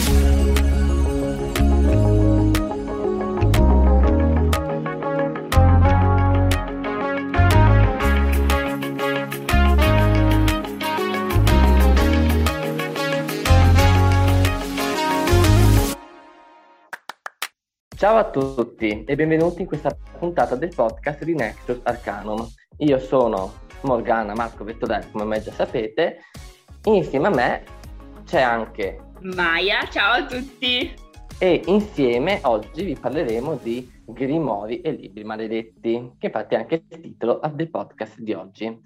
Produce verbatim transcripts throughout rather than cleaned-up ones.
Ciao a tutti e benvenuti in questa puntata del podcast di Nexus Arcanum. Io sono Morgana Marco Vettodelli, come già sapete, e insieme a me c'è anche Maya. Ciao a tutti! E insieme oggi vi parleremo di Grimori e libri maledetti, che infatti è anche il titolo del podcast di oggi.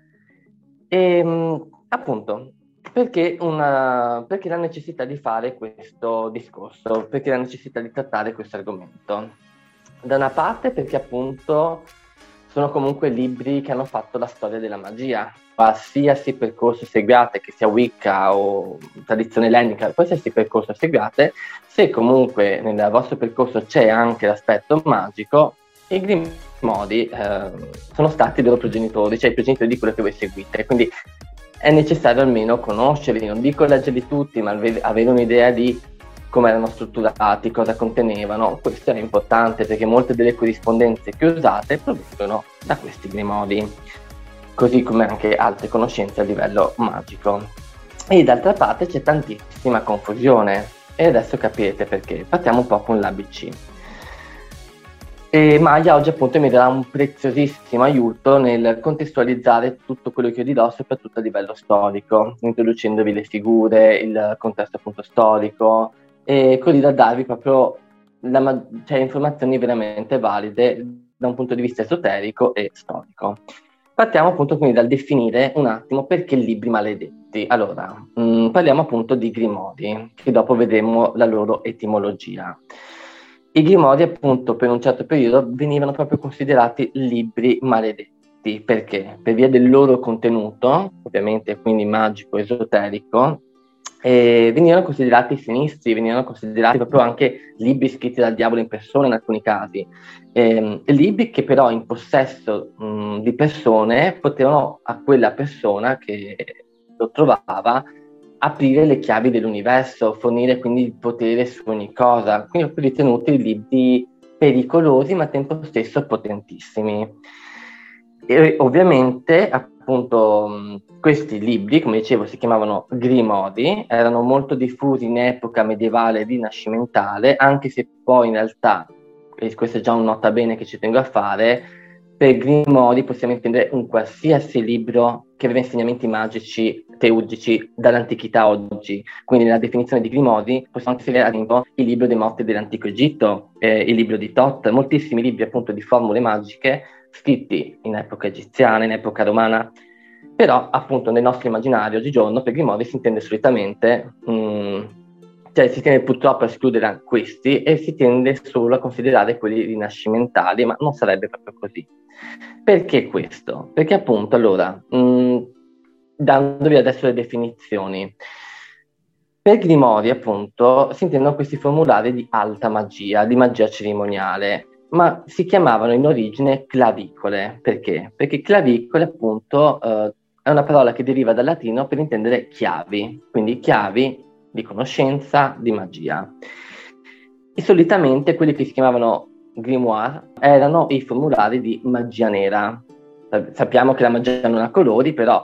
E appunto, perché, una, perché la necessità di fare questo discorso, perché la necessità di trattare questo argomento? Da una parte perché appunto sono comunque libri che hanno fatto la storia della magia, qualsiasi percorso seguiate, che sia Wicca o tradizione ellenica, qualsiasi percorso seguiate, se comunque nel vostro percorso c'è anche l'aspetto magico, i Grimori eh, sono stati i loro progenitori, cioè i progenitori di quello che voi seguite, quindi è necessario almeno conoscerli, non dico leggerli tutti, ma avere un'idea di come erano strutturati, cosa contenevano. Questo è importante perché molte delle corrispondenze che usate provengono da questi Grimori, così come anche altre conoscenze a livello magico. E d'altra parte c'è tantissima confusione e adesso capirete perché. Partiamo un po' con l'A B C. E Maya oggi appunto mi darà un preziosissimo aiuto nel contestualizzare tutto quello che io dirò, soprattutto a livello storico, introducendovi le figure, il contesto appunto storico, e così da darvi proprio la, cioè, informazioni veramente valide da un punto di vista esoterico e storico. Partiamo appunto quindi dal definire un attimo perché libri maledetti. Allora, mh, parliamo appunto di Grimori, che dopo vedremo la loro etimologia. I Grimori appunto per un certo periodo venivano proprio considerati libri maledetti. Perché? Per via del loro contenuto, ovviamente quindi magico, esoterico, e venivano considerati sinistri, venivano considerati proprio anche libri scritti dal diavolo in persona in alcuni casi, e, libri che però in possesso mh, di persone potevano a quella persona che lo trovava aprire le chiavi dell'universo, fornire quindi il potere su ogni cosa, quindi ho ritenuti libri pericolosi ma al tempo stesso potentissimi. E ovviamente appunto questi libri, come dicevo, si chiamavano Grimori, erano molto diffusi in epoca medievale e rinascimentale, anche se poi in realtà, e questo è già un nota bene che ci tengo a fare, per Grimori possiamo intendere un qualsiasi libro che aveva insegnamenti magici, teugici, dall'antichità a oggi. Quindi nella definizione di Grimori possiamo inserire ad esempio il libro dei morti dell'antico Egitto, eh, il libro di Thoth, moltissimi libri appunto di formule magiche scritti in epoca egiziana, in epoca romana, però appunto nel nostro immaginario oggigiorno per Grimori si intende solitamente, mh, cioè si tende purtroppo a escludere questi e si tende solo a considerare quelli rinascimentali, ma non sarebbe proprio così. Perché questo? Perché appunto allora, mh, dandovi adesso le definizioni, per Grimori appunto si intendono questi formulari di alta magia, di magia cerimoniale, ma si chiamavano in origine clavicole. Perché? Perché clavicole appunto eh, è una parola che deriva dal latino per intendere chiavi, quindi chiavi di conoscenza, di magia. E solitamente quelli che si chiamavano grimoire erano i formulari di magia nera. Sappiamo che la magia non ha colori, però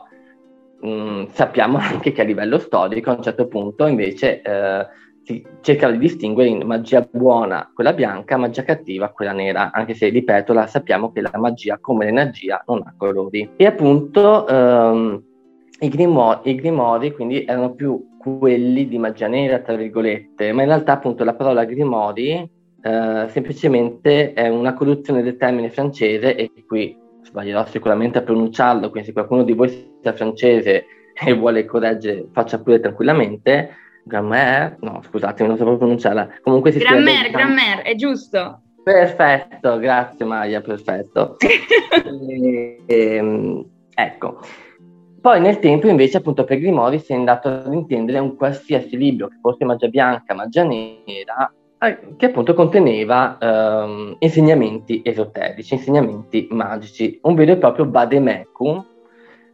mh, sappiamo anche che a livello storico a un certo punto invece eh, si cercava di distinguere in magia buona quella bianca, magia cattiva quella nera, anche se, ripeto, la sappiamo che la magia come l'energia non ha colori. E appunto ehm, i, grimori, i grimori quindi erano più quelli di magia nera, tra virgolette, ma in realtà appunto la parola grimori eh, semplicemente è una corruzione del termine francese, e qui sbaglierò sicuramente a pronunciarlo, quindi se qualcuno di voi sia francese e vuole correggere faccia pure tranquillamente. Grammaire? No, scusatemi, non so proprio pronunciarla. Comunque si Grammaire, scrive... Grammaire, è giusto. Perfetto, grazie Maya, perfetto. e, e, ecco. Poi nel tempo invece appunto per Grimori si è andato ad intendere un qualsiasi libro, che fosse magia bianca, magia nera, che appunto conteneva ehm, insegnamenti esoterici, insegnamenti magici, un vero e proprio vademecum,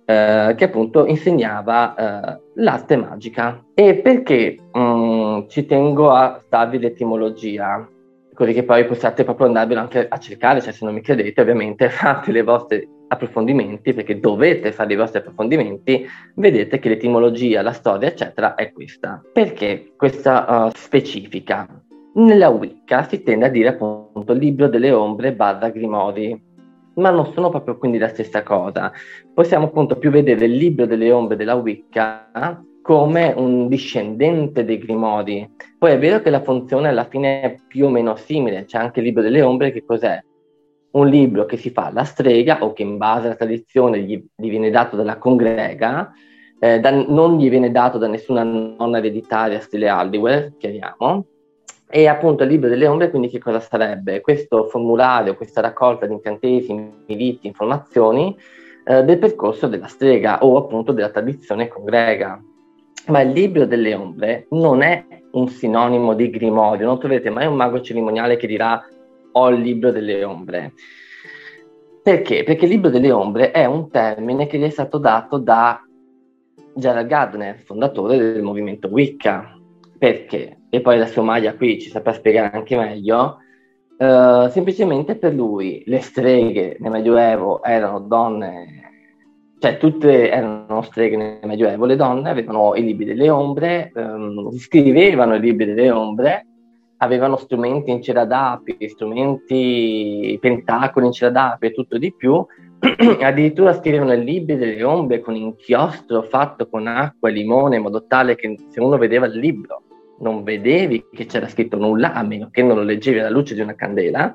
eh, che appunto insegnava eh, l'arte magica. E perché mh, ci tengo a darvi l'etimologia, così che poi possiate proprio andarvelo anche a cercare, cioè se non mi credete ovviamente fate le vostre approfondimenti, perché dovete fare i vostri approfondimenti, vedete che l'etimologia, la storia eccetera è questa. Perché questa uh, specifica? Nella Wicca si tende a dire appunto libro delle ombre barra grimori, ma non sono proprio quindi la stessa cosa. Possiamo appunto più vedere il libro delle ombre della Wicca come un discendente dei grimori. Poi è vero che la funzione alla fine è più o meno simile, c'è anche il libro delle ombre, che cos'è? Un libro che si fa alla strega o che in base alla tradizione gli, gli viene dato dalla congrega, eh, da, non gli viene dato da nessuna nonna ereditaria stile Halliwell, chiariamo. E appunto il libro delle ombre quindi che cosa sarebbe? Questo formulario, questa raccolta di incantesimi, riti, informazioni eh, del percorso della strega o appunto della tradizione congrega. Ma il libro delle ombre non è un sinonimo di grimorio, non troverete mai un mago cerimoniale che dirà ho il libro delle ombre. Perché? Perché il libro delle ombre è un termine che gli è stato dato da Gerald Gardner, fondatore del movimento Wicca. Perché? E poi la sua Maya qui ci saprà spiegare anche meglio. Uh, semplicemente per lui le streghe nel Medioevo erano donne, cioè tutte erano streghe nel Medioevo, le donne avevano i libri delle ombre, um, scrivevano i libri delle ombre, avevano strumenti in cera d'api, strumenti, pentacoli in cera d'api e tutto di più, addirittura scrivevano i libri delle ombre con inchiostro fatto con acqua e limone, in modo tale che se uno vedeva il libro non vedevi che c'era scritto nulla, a meno che non lo leggevi alla luce di una candela.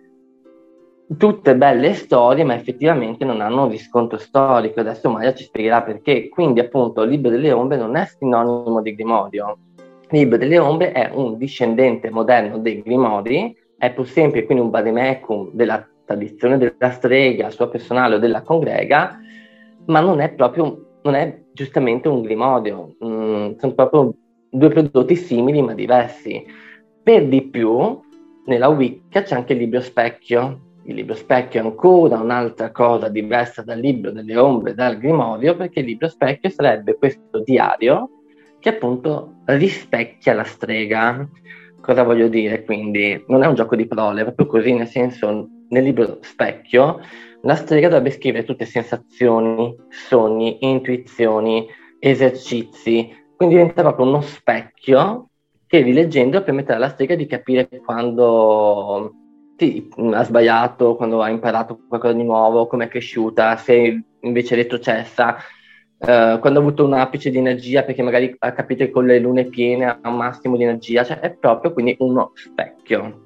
Tutte belle storie, ma effettivamente non hanno un riscontro storico. Adesso Maya ci spiegherà perché. Quindi appunto il libro delle ombre non è sinonimo di grimorio. Il libro delle ombre è un discendente moderno dei grimori, è pur sempre quindi un vademecum della tradizione della strega, sua personale o della congrega, ma non è proprio, non è giustamente un grimorio. Mm, sono proprio due prodotti simili ma diversi. Per di più, nella Wicca c'è anche il libro specchio. Il libro specchio è ancora un'altra cosa diversa dal libro delle ombre, dal grimorio, perché il libro specchio sarebbe questo diario che appunto rispecchia la strega. Cosa voglio dire quindi? Non è un gioco di parole, è proprio così, nel senso, nel libro specchio la strega dovrebbe scrivere tutte sensazioni, sogni, intuizioni, esercizi, quindi diventa proprio uno specchio che rileggendo permetterà alla strega di capire quando sì, ha sbagliato, quando ha imparato qualcosa di nuovo, come è cresciuta, se invece è retrocessa, eh, quando ha avuto un apice di energia perché magari ha capito che con le lune piene ha un massimo di energia, cioè è proprio quindi uno specchio.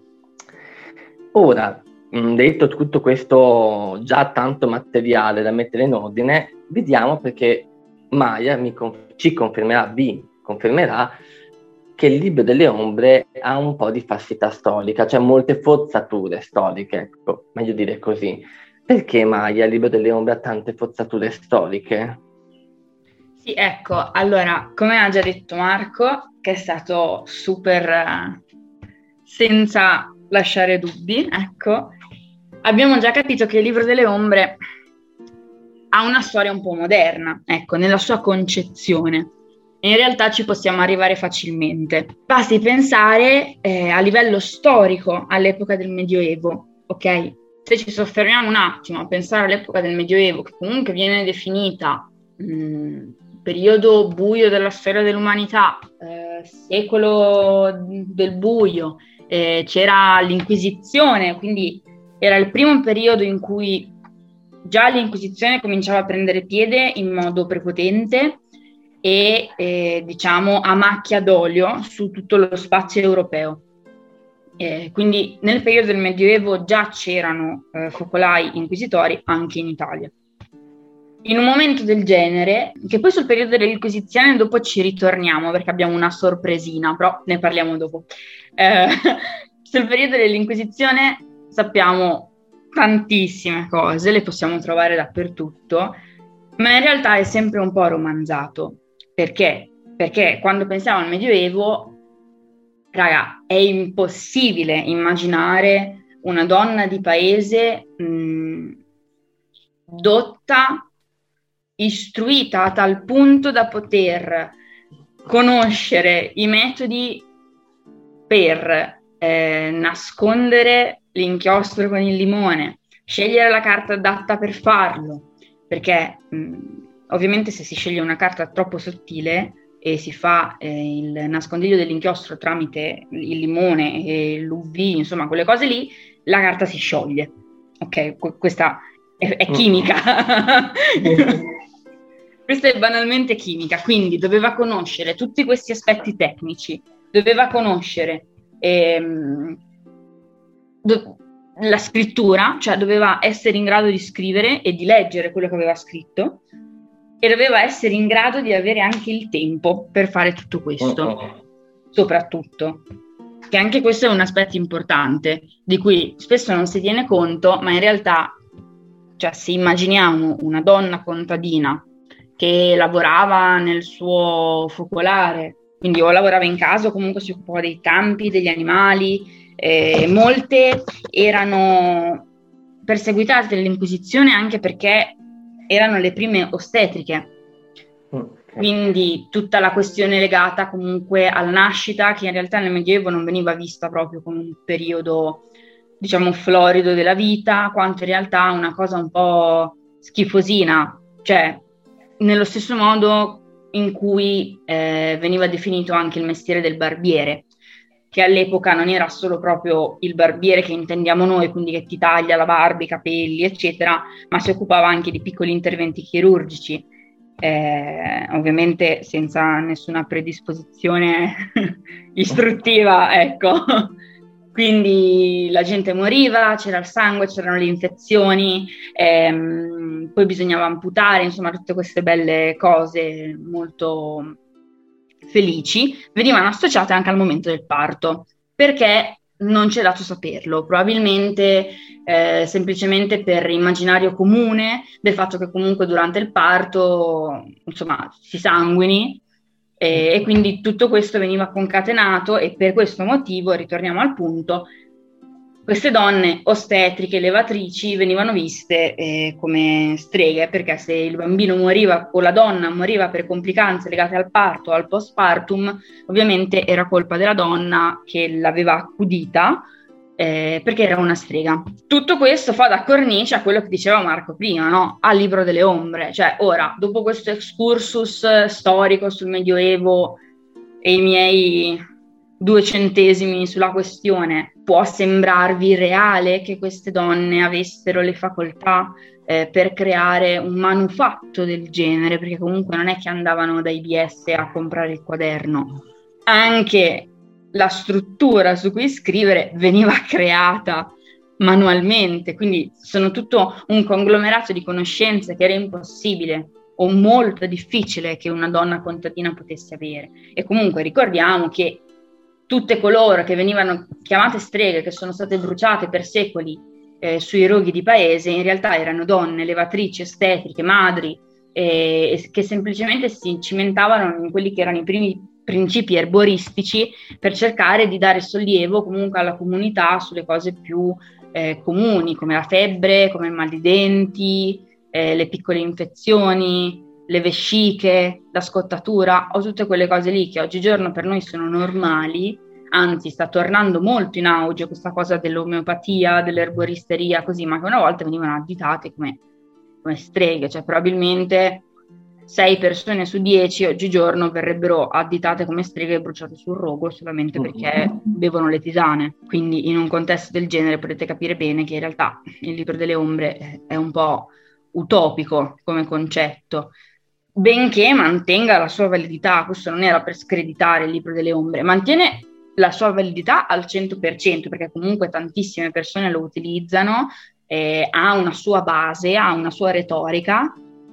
Ora, mh, detto tutto questo già tanto materiale da mettere in ordine, vediamo perché Maya mi conf- ci confermerà, vi confermerà che il libro delle ombre ha un po' di falsità storica, cioè molte forzature storiche, ecco, meglio dire così. Perché Maya, il libro delle ombre, ha tante forzature storiche? Sì, ecco, allora, come ha già detto Marco, che è stato super eh, senza lasciare dubbi, ecco, abbiamo già capito che il libro delle ombre ha una storia un po' moderna, ecco, nella sua concezione. In realtà ci possiamo arrivare facilmente. Basti pensare eh, a livello storico all'epoca del Medioevo, ok? Se ci soffermiamo un attimo a pensare all'epoca del Medioevo, che comunque viene definita mh, periodo buio della storia dell'umanità, eh, secolo del buio, eh, c'era l'Inquisizione, quindi era il primo periodo in cui già l'Inquisizione cominciava a prendere piede in modo prepotente e eh, diciamo a macchia d'olio su tutto lo spazio europeo. Eh, quindi nel periodo del Medioevo già c'erano eh, focolai inquisitori anche in Italia. In un momento del genere, che poi sul periodo dell'Inquisizione dopo ci ritorniamo perché abbiamo una sorpresina, però ne parliamo dopo. Eh, sul periodo dell'Inquisizione sappiamo tantissime cose, le possiamo trovare dappertutto, ma in realtà è sempre un po' romanzato. Perché? Perché quando pensiamo al Medioevo, raga, è impossibile immaginare una donna di paese mh, dotta istruita a tal punto da poter conoscere i metodi per eh, nascondere l'inchiostro con il limone, scegliere la carta adatta per farlo, perché mh, ovviamente se si sceglie una carta troppo sottile e si fa eh, il nascondiglio dell'inchiostro tramite il limone e l'U V, insomma quelle cose lì, la carta si scioglie. Ok, qu- questa è, è chimica. Questa è banalmente chimica, quindi doveva conoscere tutti questi aspetti tecnici, doveva conoscere ehm, do- la scrittura, cioè doveva essere in grado di scrivere e di leggere quello che aveva scritto, e doveva essere in grado di avere anche il tempo per fare tutto questo, uh-huh. soprattutto. Che anche questo è un aspetto importante, di cui spesso non si tiene conto, ma in realtà, cioè, se immaginiamo una donna contadina che lavorava nel suo focolare, quindi o lavorava in casa o comunque si occupava dei campi, degli animali, eh, molte erano perseguitate dall'Inquisizione anche perché erano le prime ostetriche. Okay. Quindi tutta la questione legata comunque alla nascita, che in realtà nel Medioevo non veniva vista proprio come un periodo, diciamo, florido della vita, quanto in realtà una cosa un po' schifosina, cioè nello stesso modo in cui eh, veniva definito anche il mestiere del barbiere, che all'epoca non era solo proprio il barbiere che intendiamo noi, quindi che ti taglia la barba, i capelli, eccetera, ma si occupava anche di piccoli interventi chirurgici, eh, ovviamente senza nessuna predisposizione istruttiva, ecco. Quindi la gente moriva, c'era il sangue, c'erano le infezioni, ehm, poi bisognava amputare, insomma tutte queste belle cose molto felici venivano associate anche al momento del parto, perché non c'è dato saperlo, probabilmente eh, semplicemente per immaginario comune del fatto che comunque durante il parto insomma si sanguini, e, e quindi tutto questo veniva concatenato, e per questo motivo, ritorniamo al punto, queste donne ostetriche, levatrici venivano viste eh, come streghe, perché se il bambino moriva o la donna moriva per complicanze legate al parto o al postpartum, ovviamente era colpa della donna che l'aveva accudita, eh, perché era una strega. Tutto questo fa da cornice a quello che diceva Marco prima, no? Al libro delle ombre. Cioè, ora, dopo questo excursus storico sul Medioevo e i miei due centesimi sulla questione, può sembrarvi reale che queste donne avessero le facoltà eh, per creare un manufatto del genere, perché comunque non è che andavano dai B S a comprare il quaderno, anche la struttura su cui scrivere veniva creata manualmente, quindi sono tutto un conglomerato di conoscenze che era impossibile o molto difficile che una donna contadina potesse avere. E comunque ricordiamo che tutte coloro che venivano chiamate streghe, che sono state bruciate per secoli eh, sui roghi di paese, in realtà erano donne, levatrici, ostetriche, madri, eh, che semplicemente si cimentavano in quelli che erano i primi principi erboristici per cercare di dare sollievo comunque alla comunità sulle cose più eh, comuni, come la febbre, come il mal di denti, eh, le piccole infezioni, le vesciche, la scottatura, o tutte quelle cose lì che oggigiorno per noi sono normali. Anzi, sta tornando molto in auge questa cosa dell'omeopatia, dell'erboristeria, così, ma che una volta venivano additate come, come streghe, cioè probabilmente sei persone su dieci oggigiorno verrebbero additate come streghe e bruciate sul rogo solamente perché bevono le tisane. Quindi in un contesto del genere potete capire bene che in realtà il libro delle ombre è un po' utopico come concetto, benché mantenga la sua validità. Questo non era per screditare il libro delle ombre, mantiene la sua validità al cento per cento, perché comunque tantissime persone lo utilizzano, eh, ha una sua base, ha una sua retorica,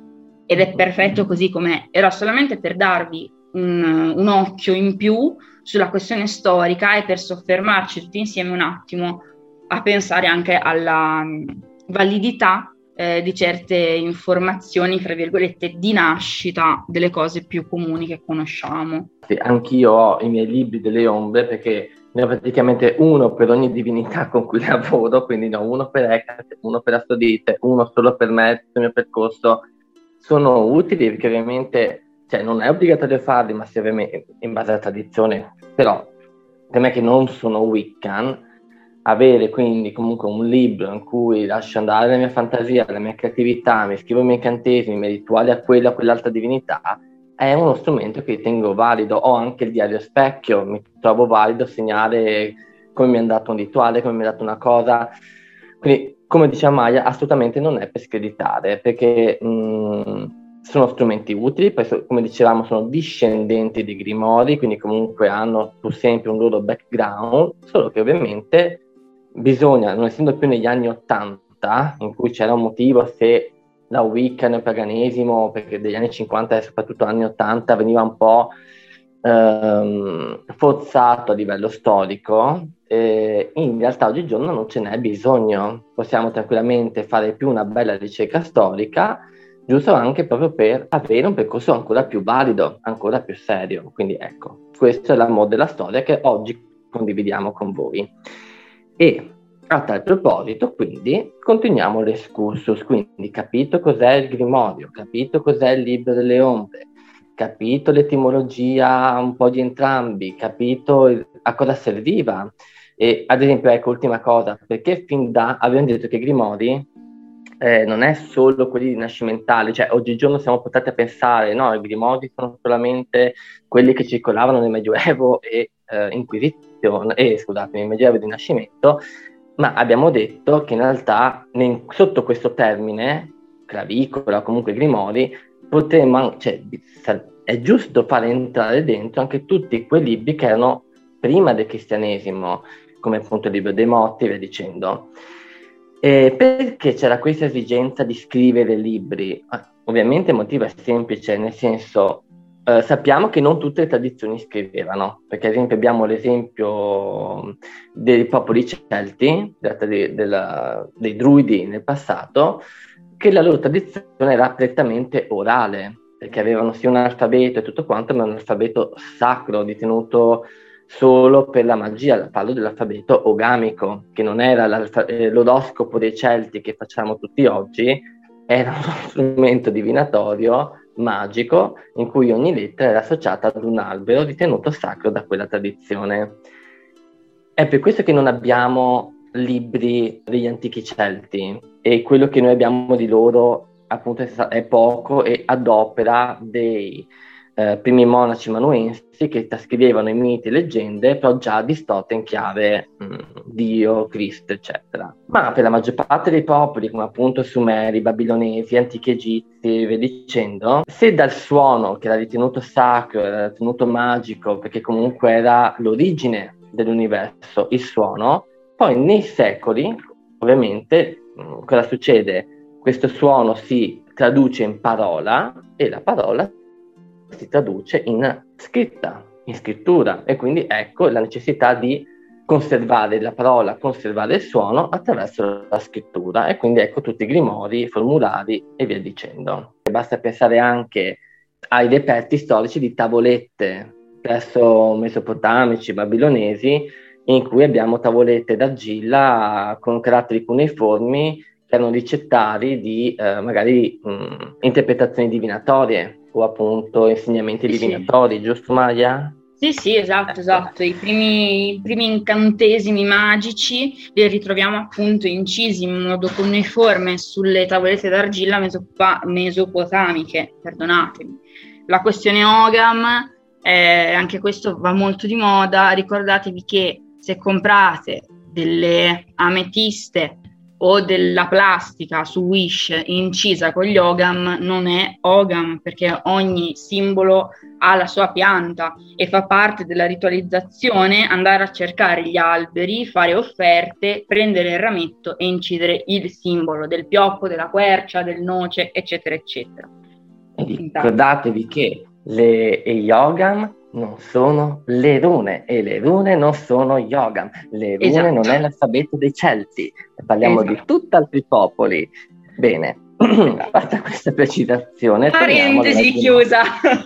ed è perfetto così com'è. Era solamente per darvi un, un occhio in più sulla questione storica e per soffermarci tutti insieme un attimo a pensare anche alla validità eh, di certe informazioni, fra virgolette, di nascita delle cose più comuni che conosciamo. Sì, anch'io ho i miei libri delle ombre, perché ne ho praticamente uno per ogni divinità con cui lavoro, quindi ne ho uno per Hecate, uno per Afrodite, uno solo per me, tutto il mio percorso sono utili perché ovviamente, cioè non è obbligatorio farli, ma se ovviamente in base alla tradizione, però per me che non sono Wiccan, avere quindi comunque un libro in cui lascio andare la mia fantasia, la mia creatività, mi scrivo i miei incantesimi, i miei rituali a quella o quell'altra divinità, è uno strumento che ritengo valido. Ho anche il diario specchio, mi trovo valido segnare come mi è andato un rituale, come mi è andato una cosa. Quindi, come diceva Maya, assolutamente non è per screditare, perché mh, sono strumenti utili, poi so, come dicevamo sono discendenti di Grimori, quindi comunque hanno pur sempre un loro background, solo che ovviamente bisogna, non essendo più negli anni Ottanta, in cui c'era un motivo se la Wicca nel paganesimo, perché degli anni cinquanta e soprattutto anni ottanta veniva un po' ehm, forzato a livello storico, eh, in realtà oggigiorno non ce n'è bisogno, possiamo tranquillamente fare più una bella ricerca storica, giusto anche proprio per avere un percorso ancora più valido, ancora più serio. Quindi ecco, questo è l'amore della storia che oggi condividiamo con voi. E a tal proposito, quindi, continuiamo l'excursus. Quindi, capito cos'è il Grimorio, capito cos'è il Libro delle Ombre, capito l'etimologia un po' di entrambi, capito il, a cosa serviva. E, ad esempio, ecco, ultima cosa, perché fin da, abbiamo detto che i Grimori eh, non è solo quelli rinascimentali, cioè oggigiorno siamo portati a pensare, no, i Grimori sono solamente quelli che circolavano nel Medioevo e eh, Inquisizione, eh, scusate, nel Medioevo e Rinascimento, ma abbiamo detto che in realtà ne, sotto questo termine, clavicola o comunque Grimori, potremmo, cioè, è giusto fare entrare dentro anche tutti quei libri che erano prima del cristianesimo, come appunto il libro dei Motti e via dicendo. E perché c'era questa esigenza di scrivere libri? Ovviamente il motivo è semplice, nel senso eh, sappiamo che non tutte le tradizioni scrivevano, perché ad esempio abbiamo l'esempio dei popoli celti, della, della, dei druidi nel passato, che la loro tradizione era prettamente orale, perché avevano sì un alfabeto e tutto quanto, ma un alfabeto sacro, ritenuto solo per la magia. Parlo dell'alfabeto ogamico, che non era eh, l'oroscopo dei Celti che facciamo tutti oggi, era uno strumento divinatorio magico in cui ogni lettera era associata ad un albero ritenuto sacro da quella tradizione. È per questo che non abbiamo libri degli antichi Celti, e quello che noi abbiamo di loro appunto è poco e ad opera dei eh, primi monaci manuensi che trascrivevano i miti e leggende, però già distorte in chiave mh, Dio, Cristo, eccetera. Ma per la maggior parte dei popoli, come appunto Sumeri, Babilonesi, antichi Egizi e via dicendo, se dal suono che era ritenuto sacro, era ritenuto magico, perché comunque era l'origine dell'universo, il suono, poi nei secoli, ovviamente, mh, cosa succede? Questo suono si traduce in parola e la parola si traduce in scritta, in scrittura, e quindi ecco la necessità di conservare la parola, conservare il suono attraverso la scrittura, e quindi ecco tutti i grimori, formulari e via dicendo. Basta pensare anche ai reperti storici di tavolette presso mesopotamici, babilonesi, in cui abbiamo tavolette d'argilla con caratteri cuneiformi che erano ricettari di eh, magari mh, interpretazioni divinatorie o appunto insegnamenti sì, divinatori, sì. Giusto Maya? Sì, sì, esatto, esatto. I primi, i primi incantesimi magici li ritroviamo appunto incisi in modo cuneiforme sulle tavolette d'argilla mesopa- mesopotamiche, perdonatemi. La questione Ogam, eh, anche questo va molto di moda. Ricordatevi che se comprate delle ametiste o della plastica su Wish incisa con gli Ogam, non è Ogam, perché ogni simbolo ha la sua pianta e fa parte della ritualizzazione andare a cercare gli alberi, fare offerte, prendere il rametto e incidere il simbolo del pioppo, della quercia, del noce, eccetera, eccetera. E ricordatevi che le Yogam non sono le rune, e le rune non sono Yogam. Le rune esatto. Non è l'alfabeto dei Celti, parliamo esatto. Di tutt'altri popoli. Bene, fatta questa precisazione, parentesi chiusa.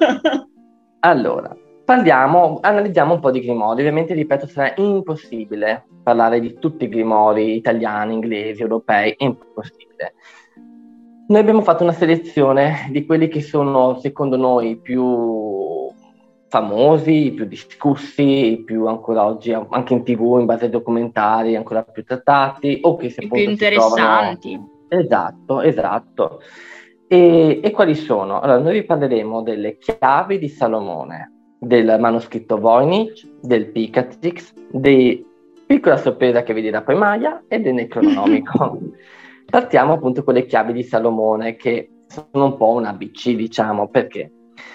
Allora, parliamo, analizziamo un po' di grimori. Ovviamente, ripeto, sarà impossibile parlare di tutti i grimori italiani, inglesi, europei, è impossibile. Noi abbiamo fatto una selezione di quelli che sono, secondo noi, più famosi, più discussi, più ancora oggi anche in tivù, in base ai documentari, ancora più trattati, o che se I più appunto si trovano... interessanti. Esatto, esatto. E, e quali sono? Allora, noi vi parleremo delle chiavi di Salomone, del manoscritto Voynich, del Picatrix, di Piccola sorpresa che vi dirà poi Maya e del Necronomico. Partiamo appunto con le chiavi di Salomone, che sono un po' un A B C, diciamo, perché?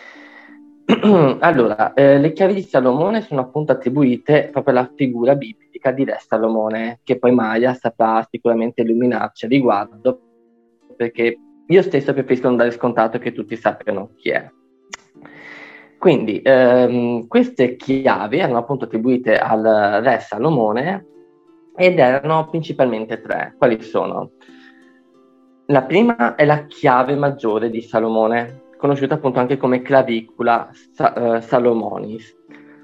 Allora, eh, le chiavi di Salomone sono appunto attribuite proprio alla figura biblica di Re Salomone, che poi Maya saprà sicuramente illuminarci a riguardo, perché io stesso preferisco non dare scontato che tutti sappiano chi è. Quindi, ehm, queste chiavi erano appunto attribuite al Re Salomone ed erano principalmente tre. Quali sono? La prima è la chiave maggiore di Salomone, conosciuta appunto anche come clavicula Sa- uh, Salomonis.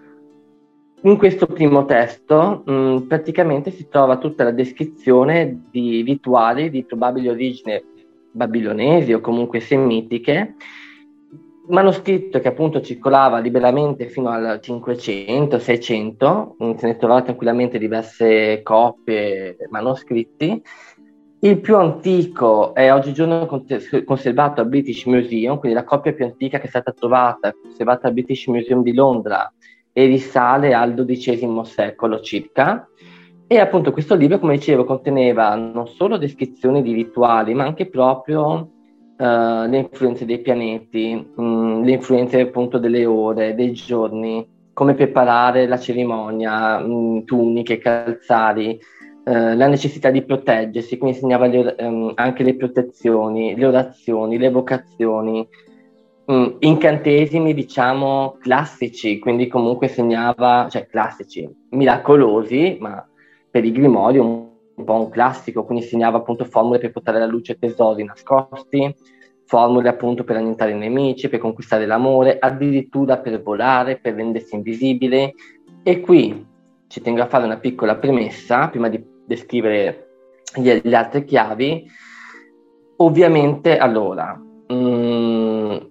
In questo primo testo mh, praticamente si trova tutta la descrizione di rituali di probabile origine babilonesi o comunque semitiche, manoscritto che appunto circolava liberamente fino al cinquecento seicento, mh, se ne trovate tranquillamente diverse copie manoscritti. Il più antico è oggigiorno conservato al British Museum, quindi la copia più antica che è stata trovata, conservata al British Museum di Londra, e risale al dodicesimo secolo circa. E appunto questo libro, come dicevo, conteneva non solo descrizioni di rituali, ma anche proprio uh, le influenze dei pianeti, mh, le influenze appunto delle ore, dei giorni, come preparare la cerimonia, mh, tuniche, calzari, Uh, la necessità di proteggersi, quindi insegnava le, um, anche le protezioni, le orazioni, le evocazioni, um, incantesimi diciamo classici, quindi comunque segnava, cioè classici, miracolosi, ma per i grimori un, un po' un classico, quindi segnava appunto formule per portare alla luce tesori nascosti, formule appunto per annientare i nemici, per conquistare l'amore, addirittura per volare, per rendersi invisibile. E qui ci tengo a fare una piccola premessa prima di descrivere gli, le altre chiavi. Ovviamente, allora, mh,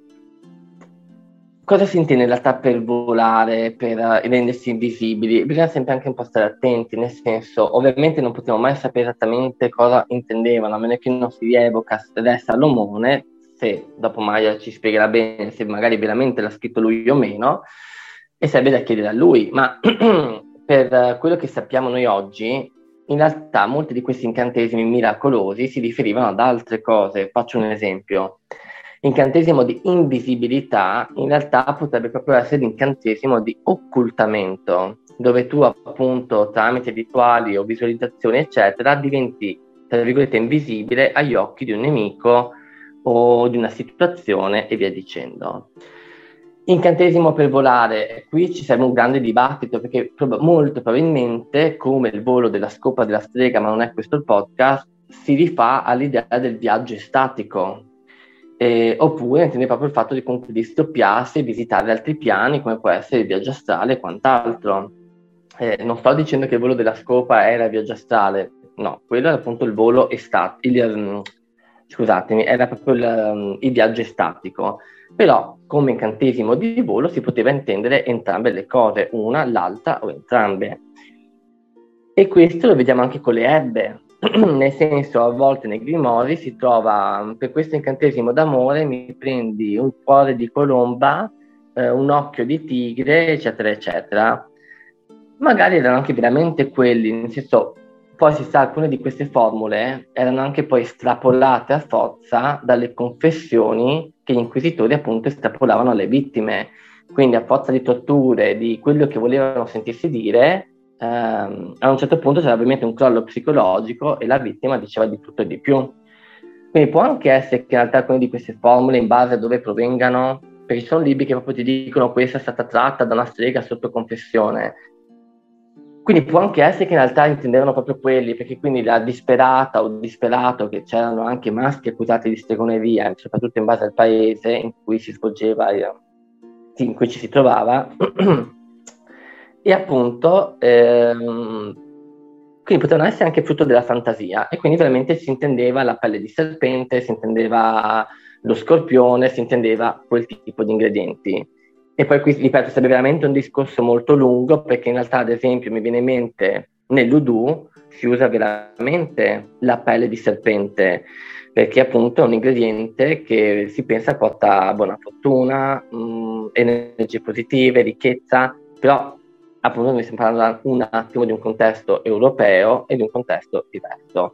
cosa si intende in realtà per volare, per uh, rendersi invisibili? Bisogna sempre anche un po' stare attenti, nel senso, ovviamente non potremo mai sapere esattamente cosa intendevano, a meno che non si rievoca Re Salomone, se dopo Maya ci spiegherà bene se magari veramente l'ha scritto lui o meno, e sarebbe da chiedere a lui, ma per quello che sappiamo noi oggi, in realtà molti di questi incantesimi miracolosi si riferivano ad altre cose. Faccio un esempio. L'incantesimo di invisibilità in realtà potrebbe proprio essere l'incantesimo di occultamento, dove tu appunto tramite rituali o visualizzazioni eccetera diventi, tra virgolette, invisibile agli occhi di un nemico o di una situazione e via dicendo. Incantesimo per volare, qui ci serve un grande dibattito perché prob- molto probabilmente, come il volo della scopa della strega, ma non è questo il podcast, si rifà all'idea del viaggio estatico, eh, oppure intende proprio il fatto di comunque di stoppiarsi e visitare altri piani come può essere il viaggio astrale e quant'altro. Eh, non sto dicendo che il volo della scopa era il viaggio astrale, no, quello era appunto il volo estatico, um, scusatemi, era proprio il, um, il viaggio estatico. Però come incantesimo di volo si poteva intendere entrambe le cose, una, l'altra o entrambe. E questo lo vediamo anche con le ebbe, nel senso a volte nei grimori si trova per questo incantesimo d'amore mi prendi un cuore di colomba, eh, un occhio di tigre, eccetera, eccetera. Magari erano anche veramente quelli, nel senso, poi si sa, alcune di queste formule erano anche poi estrapolate a forza dalle confessioni che gli inquisitori appunto estrapolavano alle vittime, quindi a forza di torture, di quello che volevano sentirsi dire, ehm, a un certo punto c'era ovviamente un crollo psicologico e la vittima diceva di tutto e di più. Quindi può anche essere che in realtà alcune di queste formule, in base a dove provengano, perché ci sono libri che proprio ti dicono questa è stata tratta da una strega sotto confessione. Quindi può anche essere che in realtà intendevano proprio quelli, perché quindi la disperata o disperato, che c'erano anche maschi accusati di stregoneria, soprattutto in base al paese in cui si svolgeva, in cui ci si trovava, e appunto ehm, quindi potevano essere anche frutto della fantasia, e quindi veramente si intendeva la pelle di serpente, si intendeva lo scorpione, si intendeva quel tipo di ingredienti. E poi qui, ripeto, sarebbe veramente un discorso molto lungo, perché in realtà, ad esempio, mi viene in mente nell'udu si usa veramente la pelle di serpente, perché appunto è un ingrediente che si pensa porta buona fortuna, mh, energie positive, ricchezza, però appunto noi stiamo parlando un attimo di un contesto europeo e di un contesto diverso.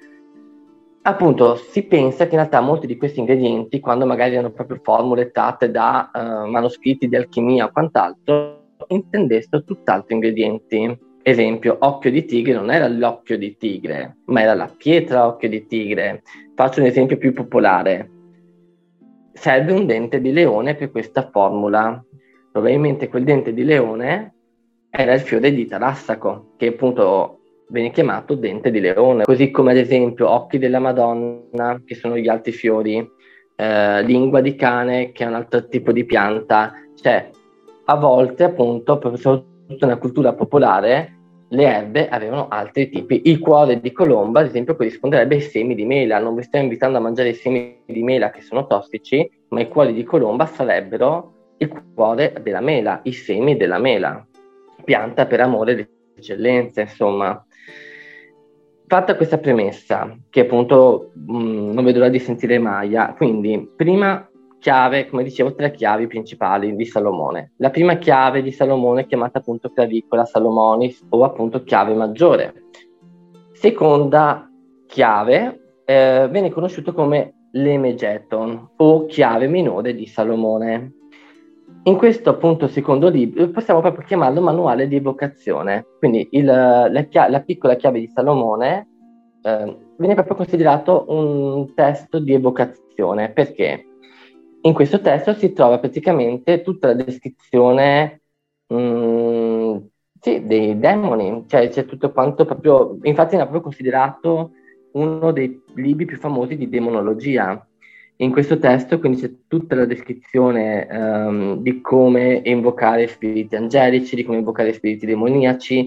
Appunto, si pensa che in realtà molti di questi ingredienti, quando magari erano proprio formule tratte da uh, manoscritti di alchimia o quant'altro, intendessero tutt'altri ingredienti. Esempio, occhio di tigre non era l'occhio di tigre, ma era la pietra occhio di tigre. Faccio un esempio più popolare. Serve un dente di leone per questa formula. Probabilmente quel dente di leone era il fiore di Tarassaco, che appunto viene chiamato dente di leone, così come ad esempio occhi della Madonna, che sono gli altri fiori, eh, lingua di cane, che è un altro tipo di pianta. Cioè, a volte appunto, soprattutto nella cultura popolare, le erbe avevano altri tipi. Il cuore di colomba, ad esempio, corrisponderebbe ai semi di mela. Non vi sto invitando a mangiare i semi di mela, che sono tossici, ma i cuori di colomba sarebbero il cuore della mela, i semi della mela, pianta per amore di eccellenza, insomma. Fatta questa premessa, che appunto mh, non vedo l'ora di sentire Maya, quindi prima chiave, come dicevo, tre chiavi principali di Salomone. La prima chiave di Salomone è chiamata appunto clavicola Salomonis, o appunto chiave maggiore. Seconda chiave eh, viene conosciuto come l'emegeton, o chiave minore di Salomone. In questo appunto secondo libro possiamo proprio chiamarlo manuale di evocazione, quindi il, la, chia- la piccola chiave di Salomone eh, viene proprio considerato un testo di evocazione, perché in questo testo si trova praticamente tutta la descrizione mh, sì, dei demoni, cioè c'è tutto quanto proprio, infatti è proprio considerato uno dei libri più famosi di demonologia. In questo testo quindi c'è tutta la descrizione um, di come invocare spiriti angelici, di come invocare spiriti demoniaci,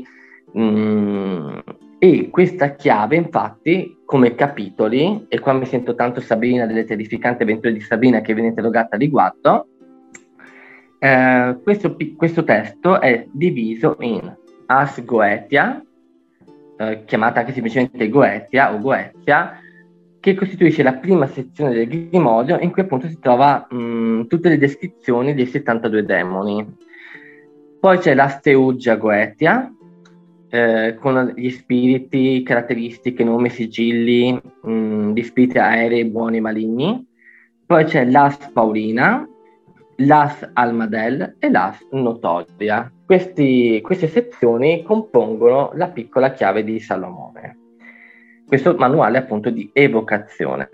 mm, e questa chiave infatti come capitoli, e qua mi sento tanto Sabrina delle terrificanti avventure di Sabrina che viene interrogata a riguardo, eh, questo, questo testo è diviso in Ars Goetia, eh, chiamata anche semplicemente Goetia o Goetia, che costituisce la prima sezione del Grimorio, in cui appunto si trova mh, tutte le descrizioni dei settantadue demoni. Poi c'è l'Asteugia Goetia, eh, con gli spiriti, caratteristiche, nomi, sigilli, mh, di spiriti aerei, buoni e maligni. Poi c'è l'As Paulina, l'As Almadel e l'As Notoria. Questi, queste sezioni compongono la piccola chiave di Salomone. Questo manuale appunto di evocazione.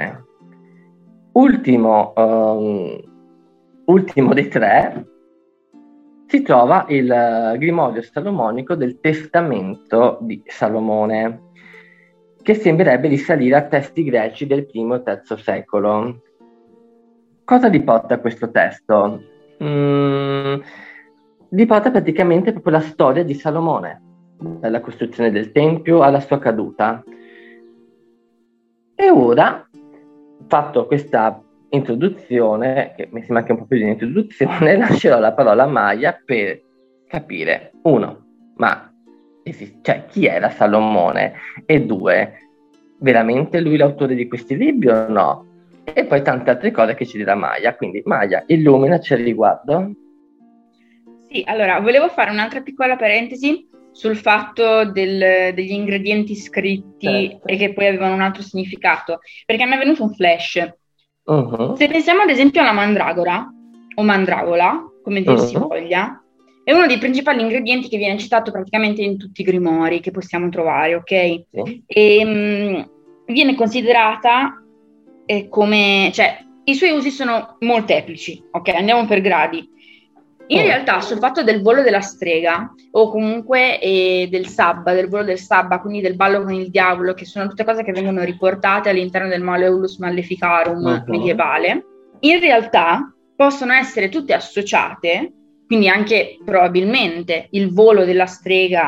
Ultimo, um, ultimo dei tre, si trova il Grimorio Salomonico del Testamento di Salomone, che sembrerebbe risalire a testi greci del primo e terzo secolo. Cosa riporta questo testo? Mm, riporta praticamente proprio la storia di Salomone, dalla costruzione del Tempio alla sua caduta. E ora, fatto questa introduzione, che mi sembra che è un po' più di un'introduzione, lascerò la parola a Maya per capire, uno, ma esiste, cioè, chi era Salomone? E due, veramente lui l'autore di questi libri o no? E poi tante altre cose che ci dirà Maya. Quindi Maya, illuminaci al riguardo. Sì, allora, volevo fare un'altra piccola parentesi sul fatto del, degli ingredienti scritti, certo, e che poi avevano un altro significato, perché mi è venuto un flash. Uh-huh. Se pensiamo ad esempio alla mandragora, o mandragola, come dir si uh-huh. voglia, è uno dei principali ingredienti che viene citato praticamente in tutti i grimori che possiamo trovare, ok? Sì. E mh, viene considerata eh, come, cioè, i suoi usi sono molteplici, ok? Andiamo per gradi. In oh. realtà sul fatto del volo della strega, o comunque eh, del sabba, del volo del sabba, quindi del ballo con il diavolo, che sono tutte cose che vengono riportate all'interno del Maleolus Maleficarum uh-huh. medievale, in realtà possono essere tutte associate, quindi anche probabilmente il volo della strega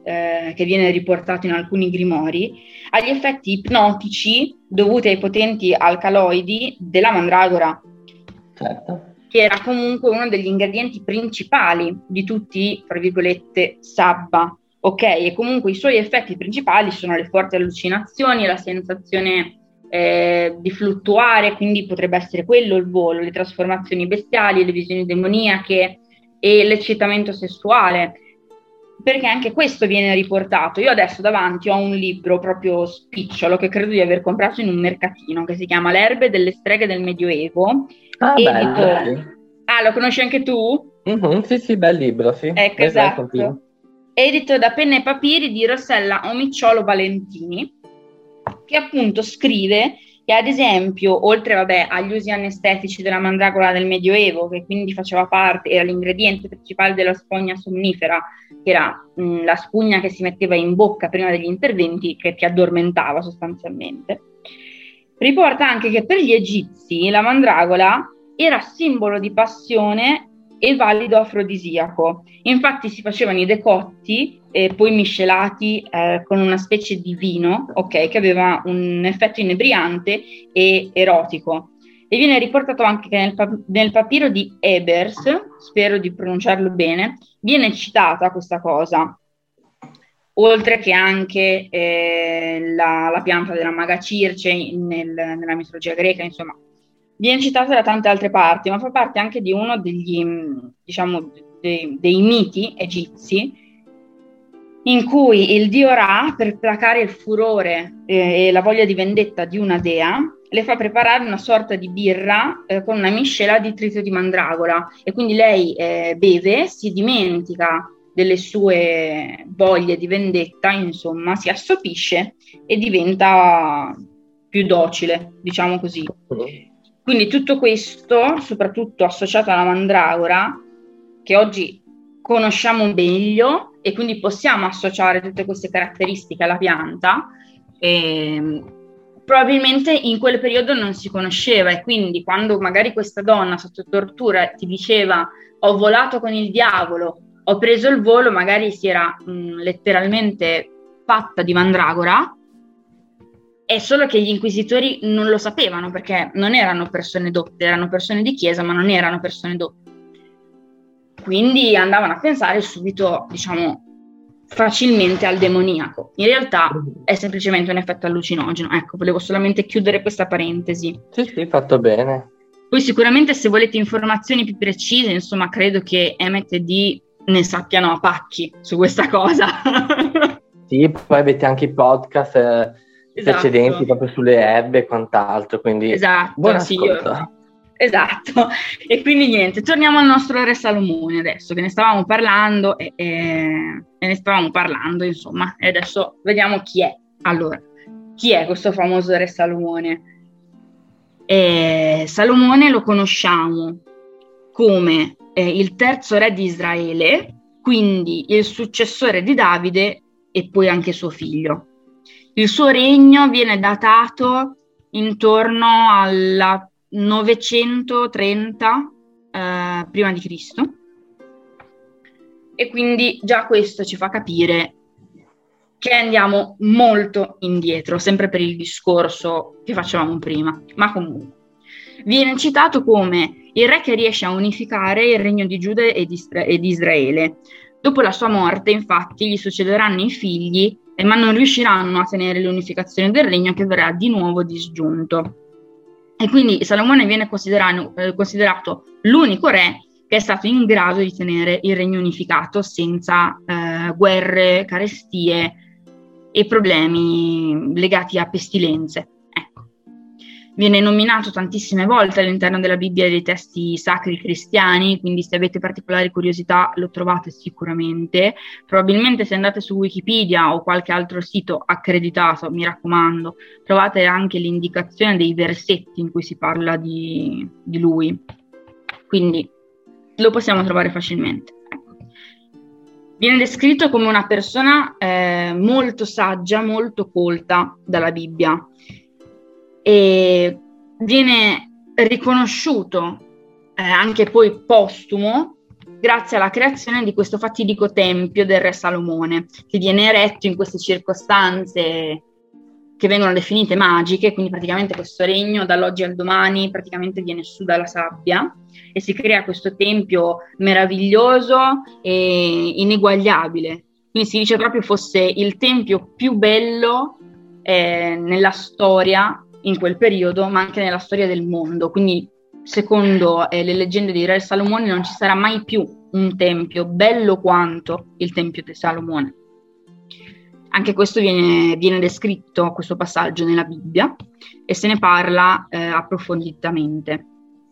eh, che viene riportato in alcuni grimori, agli effetti ipnotici dovuti ai potenti alcaloidi della mandragora. Certo. Che era comunque uno degli ingredienti principali di tutti, tra virgolette, sabba. Ok, e comunque i suoi effetti principali sono le forti allucinazioni, la sensazione eh, di fluttuare, quindi potrebbe essere quello il volo, le trasformazioni bestiali, le visioni demoniache e l'eccitamento sessuale, perché anche questo viene riportato. Io adesso davanti ho un libro proprio spicciolo che credo di aver comprato in un mercatino, che si chiama Le erbe delle streghe del Medioevo. Ah, edito... bello, sì. Ah, lo conosci anche tu? Mm-hmm, sì, sì, bel libro, sì. Ecco, esatto. Edito da Penna e Papiri di Rossella Omicciolo Valentini, che appunto scrive che, ad esempio, oltre vabbè, agli usi anestetici della mandragola del Medioevo, che quindi faceva parte, era l'ingrediente principale della spugna somnifera, che era mh, la spugna che si metteva in bocca prima degli interventi, che ti addormentava sostanzialmente, riporta anche che per gli egizi la mandragola era simbolo di passione e valido afrodisiaco. Infatti si facevano i decotti e poi miscelati eh, con una specie di vino, ok, che aveva un effetto inebriante e erotico. E viene riportato anche che nel, pa- nel papiro di Ebers, spero di pronunciarlo bene, viene citata questa cosa, oltre che anche eh, la, la pianta della maga Circe nel, nella mitologia greca, insomma. Viene citata da tante altre parti, ma fa parte anche di uno degli, diciamo, dei, dei miti egizi, in cui il dio Ra, per placare il furore eh, e la voglia di vendetta di una dea, le fa preparare una sorta di birra eh, con una miscela di trito di mandragola, e quindi lei eh, beve, si dimentica delle sue voglie di vendetta, insomma, si assopisce e diventa più docile, diciamo così. Quindi tutto questo, soprattutto associato alla mandragora, che oggi conosciamo meglio e quindi possiamo associare tutte queste caratteristiche alla pianta, eh, probabilmente in quel periodo non si conosceva, e quindi quando magari questa donna sotto tortura ti diceva ho volato con il diavolo, ho preso il volo, magari si era mh, letteralmente fatta di mandragora. È solo che gli inquisitori non lo sapevano, perché non erano persone dotte, erano persone di chiesa, ma non erano persone dotte. Quindi andavano a pensare subito, diciamo, facilmente al demoniaco. In realtà è semplicemente un effetto allucinogeno. Ecco, volevo solamente chiudere questa parentesi. Sì, sì, fatto bene. Poi sicuramente se volete informazioni più precise, insomma, credo che Emmet e Dee ne sappiano a pacchi su questa cosa. Sì, poi avete anche i podcast eh, Esatto. precedenti proprio sulle erbe e quant'altro, quindi esatto, buon sì, ascolto. io... esatto. E quindi niente, torniamo al nostro Re Salomone adesso, che ne stavamo parlando e, e, e ne stavamo parlando, insomma, e adesso vediamo chi è. Allora, chi è questo famoso Re Salomone? E Salomone lo conosciamo come eh, il terzo re di Israele, quindi il successore di Davide e poi anche suo figlio. Il suo regno viene datato intorno alla novecentotrenta eh, prima di Cristo, e quindi già questo ci fa capire che andiamo molto indietro, sempre per il discorso che facevamo prima, ma comunque viene citato come il re che riesce a unificare il regno di Giuda e di, Isra- e di Israele. Dopo la sua morte, infatti, gli succederanno i figli, eh, ma non riusciranno a tenere l'unificazione del regno, che verrà di nuovo disgiunto. E quindi Salomone viene considerato, eh, considerato l'unico re che è stato in grado di tenere il regno unificato senza eh, guerre, carestie e problemi legati a pestilenze. Ecco. Viene nominato tantissime volte all'interno della Bibbia e dei testi sacri cristiani, quindi se avete particolari curiosità lo trovate sicuramente. Probabilmente se andate su Wikipedia o qualche altro sito accreditato, mi raccomando, trovate anche l'indicazione dei versetti in cui si parla di, di lui. Quindi lo possiamo trovare facilmente. Ecco. Viene descritto come una persona eh, molto saggia, molto colta dalla Bibbia, e viene riconosciuto eh, anche poi postumo grazie alla creazione di questo fatidico tempio del re Salomone, che viene eretto in queste circostanze che vengono definite magiche, quindi praticamente questo regno dall'oggi al domani praticamente viene su dalla sabbia e si crea questo tempio meraviglioso e ineguagliabile. Quindi si dice proprio fosse il tempio più bello eh, nella storia in quel periodo, ma anche nella storia del mondo. Quindi secondo eh, le leggende di Re Salomone non ci sarà mai più un tempio bello quanto il tempio di Salomone. Anche questo viene, viene descritto, questo passaggio, nella Bibbia e se ne parla eh, approfonditamente.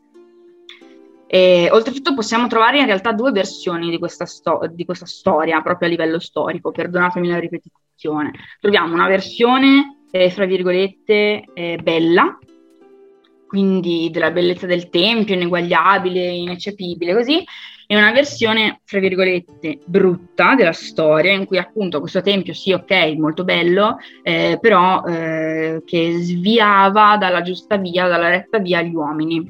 E, oltretutto possiamo trovare in realtà due versioni di questa, sto- di questa storia, proprio a livello storico, perdonatemi la ripetizione. Troviamo una versione, eh, fra virgolette, eh, bella, quindi della bellezza del tempio, ineguagliabile, ineccepibile, così, e una versione, fra virgolette, brutta della storia, in cui appunto questo tempio, sì, ok, molto bello, eh, però eh, che sviava dalla giusta via, dalla retta via gli uomini.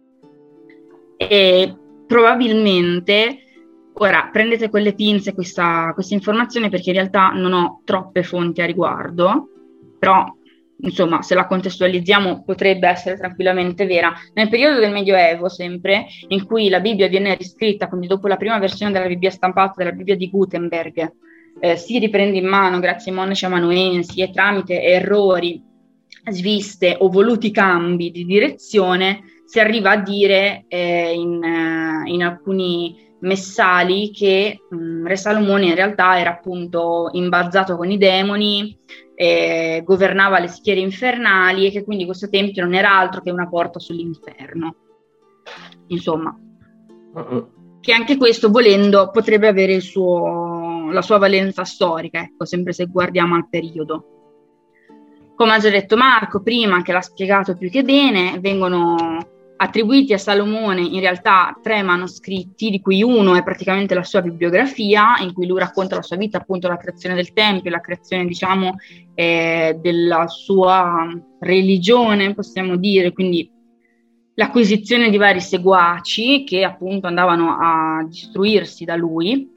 E probabilmente, ora prendete con le pinze questa, questa informazione perché in realtà non ho troppe fonti a riguardo, però insomma, se la contestualizziamo potrebbe essere tranquillamente vera. Nel periodo del Medioevo, sempre, in cui la Bibbia viene riscritta, quindi dopo la prima versione della Bibbia stampata, della Bibbia di Gutenberg, eh, si riprende in mano grazie ai monaci amanuensi e tramite errori, sviste o voluti cambi di direzione, si arriva a dire eh, in, uh, in alcuni messali che mh, Re Salomone in realtà era appunto imbazzato con i demoni, eh, governava le schiere infernali e che quindi questo tempio non era altro che una porta sull'inferno. Insomma, uh-uh. che anche questo, volendo, potrebbe avere il suo, la sua valenza storica, ecco, sempre se guardiamo al periodo. Come ha già detto Marco prima, che l'ha spiegato più che bene, vengono attribuiti a Salomone in realtà tre manoscritti, di cui uno è praticamente la sua bibliografia, in cui lui racconta la sua vita, appunto la creazione del tempio, la creazione, diciamo, eh, della sua religione, possiamo dire, quindi l'acquisizione di vari seguaci che appunto andavano a istruirsi da lui,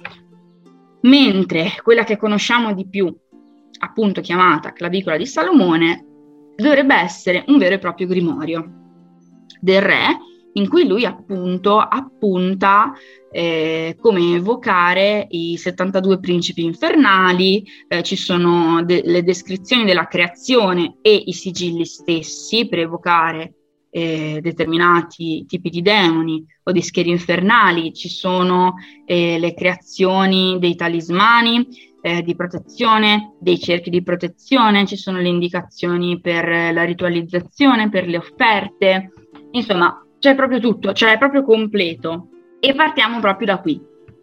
mentre quella che conosciamo di più, appunto chiamata Clavicola di Salomone, dovrebbe essere un vero e proprio grimorio del re, in cui lui appunto appunta eh, come evocare i settantadue principi infernali, eh, ci sono de- le descrizioni della creazione e i sigilli stessi per evocare eh, determinati tipi di demoni o di schiere infernali, ci sono eh, le creazioni dei talismani eh, di protezione, dei cerchi di protezione, ci sono le indicazioni per la ritualizzazione, per le offerte. Insomma, c'è proprio tutto, cioè è proprio completo. E partiamo proprio da qui.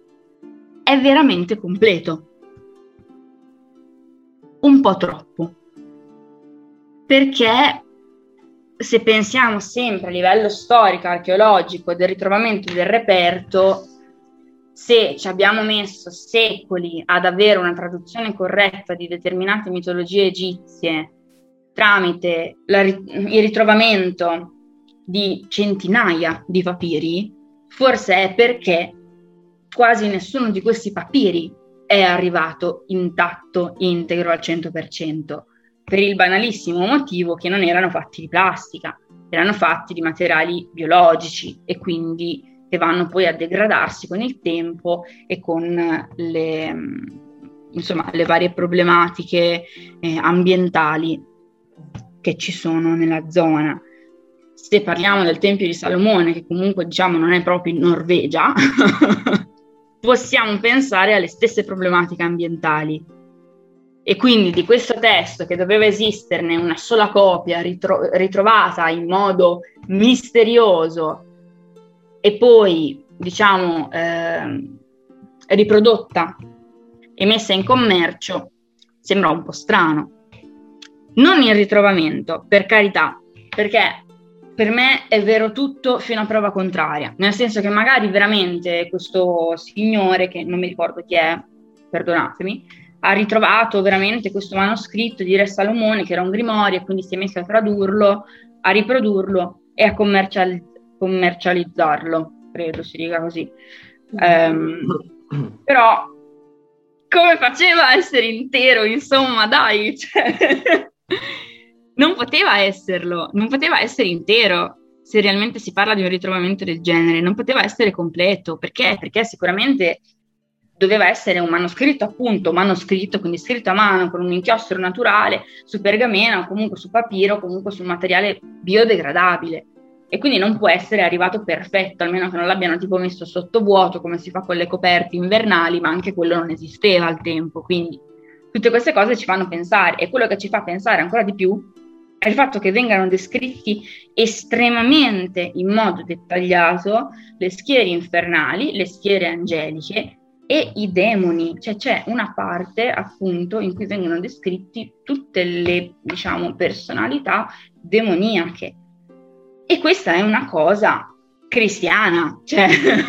È veramente completo. Un po' troppo. Perché se pensiamo sempre a livello storico, archeologico, del ritrovamento del reperto, se ci abbiamo messo secoli ad avere una traduzione corretta di determinate mitologie egizie tramite la, il ritrovamento di centinaia di papiri, forse è perché quasi nessuno di questi papiri è arrivato intatto, integro al cento per cento, per il banalissimo motivo che non erano fatti di plastica, erano fatti di materiali biologici e quindi che vanno poi a degradarsi con il tempo e con le, insomma, le varie problematiche eh, ambientali che ci sono nella zona. Se parliamo del Tempio di Salomone, che comunque diciamo non è proprio in Norvegia, possiamo pensare alle stesse problematiche ambientali. E quindi di questo testo, che doveva esisterne una sola copia ritro- ritrovata in modo misterioso e poi, diciamo, eh, riprodotta e messa in commercio, sembra un po' strano. Non il ritrovamento, per carità, perché per me è vero tutto fino a prova contraria, nel senso che magari veramente questo signore, che non mi ricordo chi è, perdonatemi, ha ritrovato veramente questo manoscritto di Re Salomone, che era un grimorio, e quindi si è messo a tradurlo, a riprodurlo e a commercial- commercializzarlo, credo si dica così. Um, però come faceva a essere intero, insomma, dai, cioè, non poteva esserlo, non poteva essere intero. Se realmente si parla di un ritrovamento del genere, non poteva essere completo. Perché? Perché sicuramente doveva essere un manoscritto, appunto, manoscritto, quindi scritto a mano con un inchiostro naturale su pergamena, comunque su papiro, comunque su materiale biodegradabile. E quindi non può essere arrivato perfetto, almeno che non l'abbiano tipo messo sotto vuoto, come si fa con le coperte invernali, ma anche quello non esisteva al tempo. Quindi tutte queste cose ci fanno pensare, e quello che ci fa pensare ancora di più è il fatto che vengano descritti estremamente in modo dettagliato le schiere infernali, le schiere angeliche e i demoni. Cioè c'è una parte appunto in cui vengono descritti tutte le, diciamo, personalità demoniache, e questa è una cosa cristiana, cioè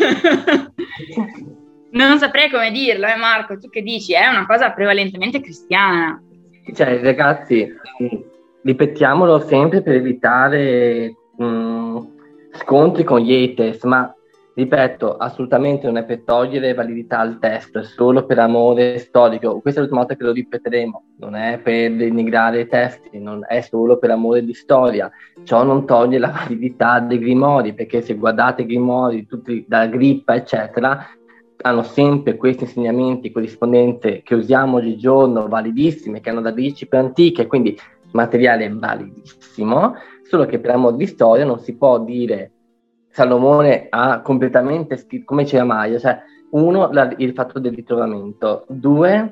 non saprei come dirlo, eh Marco, tu che dici? È una cosa prevalentemente cristiana. Cioè ragazzi, ripetiamolo sempre per evitare mh, scontri con gli haters, ma ripeto, assolutamente non è per togliere validità al testo, è solo per amore storico. Questa è l'ultima volta che lo ripeteremo, non è per denigrare i testi, non è solo per amore di storia. Ciò non toglie la validità dei grimori, perché se guardate i grimori tutti dalla grippa eccetera, hanno sempre questi insegnamenti, corrispondenze che usiamo oggigiorno, validissime, che hanno radici più antiche, quindi materiale validissimo, solo che per amore di storia non si può dire Salomone ha completamente scritto, come diceva Maio, cioè uno, la, il fatto del ritrovamento, due,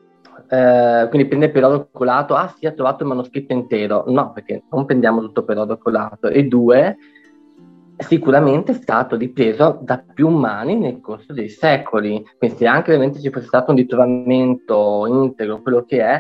eh, quindi prende per oro colato, ah sì, ha trovato il manoscritto intero, no, perché non prendiamo tutto per oro colato, e due, sicuramente è stato ripreso da più mani nel corso dei secoli, quindi se anche ovviamente ci fosse stato un ritrovamento integro, quello che è,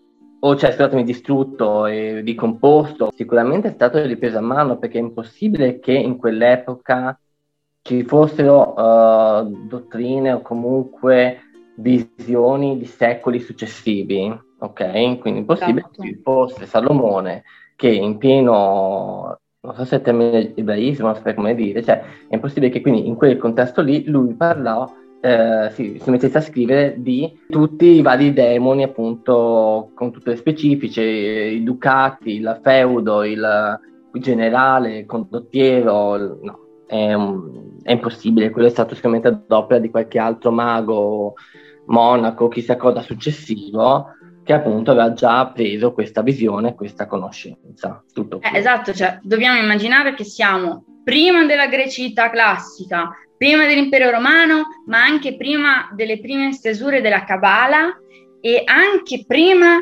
o cioè scusatemi, distrutto e ricomposto, sicuramente è stato ripreso a mano, perché è impossibile che in quell'epoca ci fossero uh, dottrine o comunque visioni di secoli successivi, ok? Quindi è impossibile Esatto. che ci fosse Salomone che in pieno, non so se è il termine ebraismo, non so come dire, cioè è impossibile che quindi in quel contesto lì lui parlò Eh, sì, si mettesse a scrivere di tutti i vari demoni, appunto, con tutte le specifiche, i ducati, il feudo, il, il generale, il condottiero, il, no, è, un, è impossibile. Quello è stato sicuramente ad opera di qualche altro mago, monaco, chissà cosa successivo, che appunto aveva già preso questa visione, questa conoscenza. Tutto eh, esatto, cioè dobbiamo immaginare che siamo prima della grecità classica, prima dell'impero romano, ma anche prima delle prime stesure della Cabala e anche prima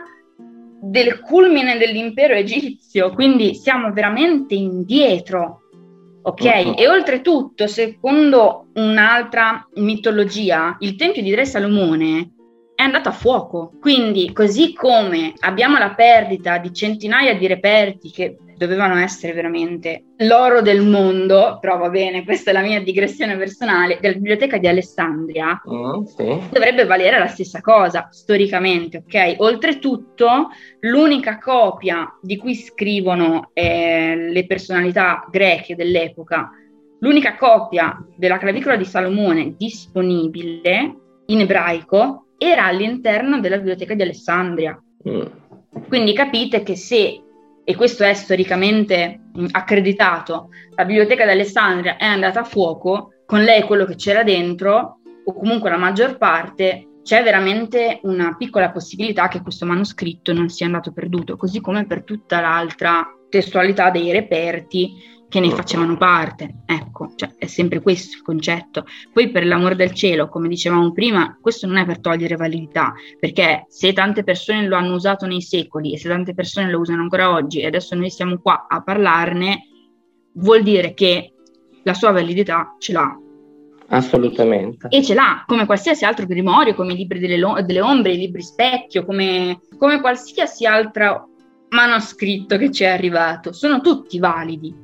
del culmine dell'impero egizio, quindi siamo veramente indietro, ok? Uh-huh. E oltretutto, secondo un'altra mitologia, il tempio di Re Salomone è andato a fuoco, quindi così come abbiamo la perdita di centinaia di reperti che dovevano essere veramente l'oro del mondo, però va bene, questa è la mia digressione personale, della biblioteca di Alessandria, mm, sì. Dovrebbe valere la stessa cosa, storicamente, ok? Oltretutto, l'unica copia di cui scrivono eh, le personalità greche dell'epoca, l'unica copia della clavicola di Salomone disponibile in ebraico era all'interno della biblioteca di Alessandria. Mm. Quindi capite che se, e questo è storicamente mh, accreditato, la biblioteca di Alessandria è andata a fuoco, con lei quello che c'era dentro, o comunque la maggior parte, c'è veramente una piccola possibilità che questo manoscritto non sia andato perduto, così come per tutta l'altra testualità dei reperti che ne facevano parte. Ecco, cioè è sempre questo il concetto. Poi, per l'amor del cielo, come dicevamo prima, questo non è per togliere validità, perché se tante persone lo hanno usato nei secoli e se tante persone lo usano ancora oggi e adesso noi siamo qua a parlarne, vuol dire che la sua validità ce l'ha. Assolutamente. E ce l'ha, come qualsiasi altro grimorio, come i libri delle, lo- delle ombre, i libri specchio, come, come qualsiasi altro manoscritto che ci è arrivato. Sono tutti validi.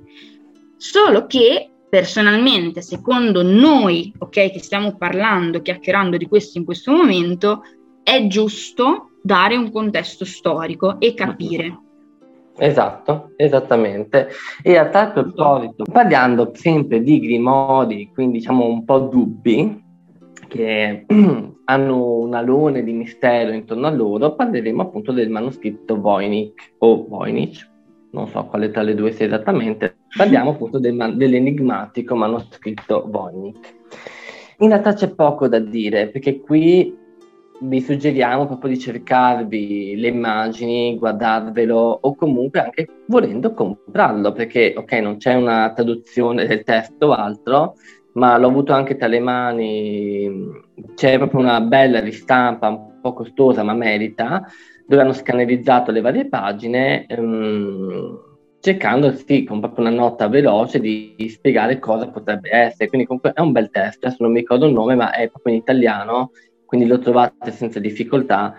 Solo che personalmente, secondo noi, ok, che stiamo parlando, chiacchierando di questo in questo momento, è giusto dare un contesto storico e capire. Esatto, esattamente. E a tal proposito, parlando sempre di grimori, quindi diciamo un po' dubbi, che hanno un alone di mistero intorno a loro, parleremo appunto del manoscritto Voynich o Voynich, non so quale tra le due sia esattamente, parliamo appunto del man- dell'enigmatico manoscritto Voynich. In realtà c'è poco da dire, perché qui vi suggeriamo proprio di cercarvi le immagini, guardarvelo o comunque anche volendo comprarlo, perché ok, non c'è una traduzione del testo o altro, ma l'ho avuto anche tra le mani, c'è proprio una bella ristampa, un po' costosa ma merita, dove hanno scannerizzato le varie pagine, ehm, cercando sì, con proprio una nota veloce di, di spiegare cosa potrebbe essere. Quindi comunque è un bel testo, adesso non mi ricordo il nome, ma è proprio in italiano, quindi lo trovate senza difficoltà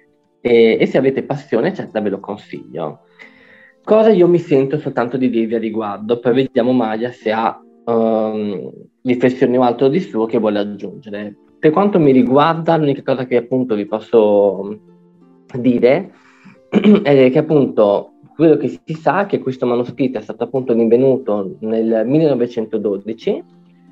e, e se avete passione, certo, ve lo consiglio. Cosa io mi sento soltanto di dirvi a riguardo, poi vediamo Maya se ha um, riflessioni o altro di suo che vuole aggiungere. Per quanto mi riguarda, l'unica cosa che appunto vi posso dire è che appunto quello che si sa è che questo manoscritto è stato appunto rinvenuto nel millenovecentododici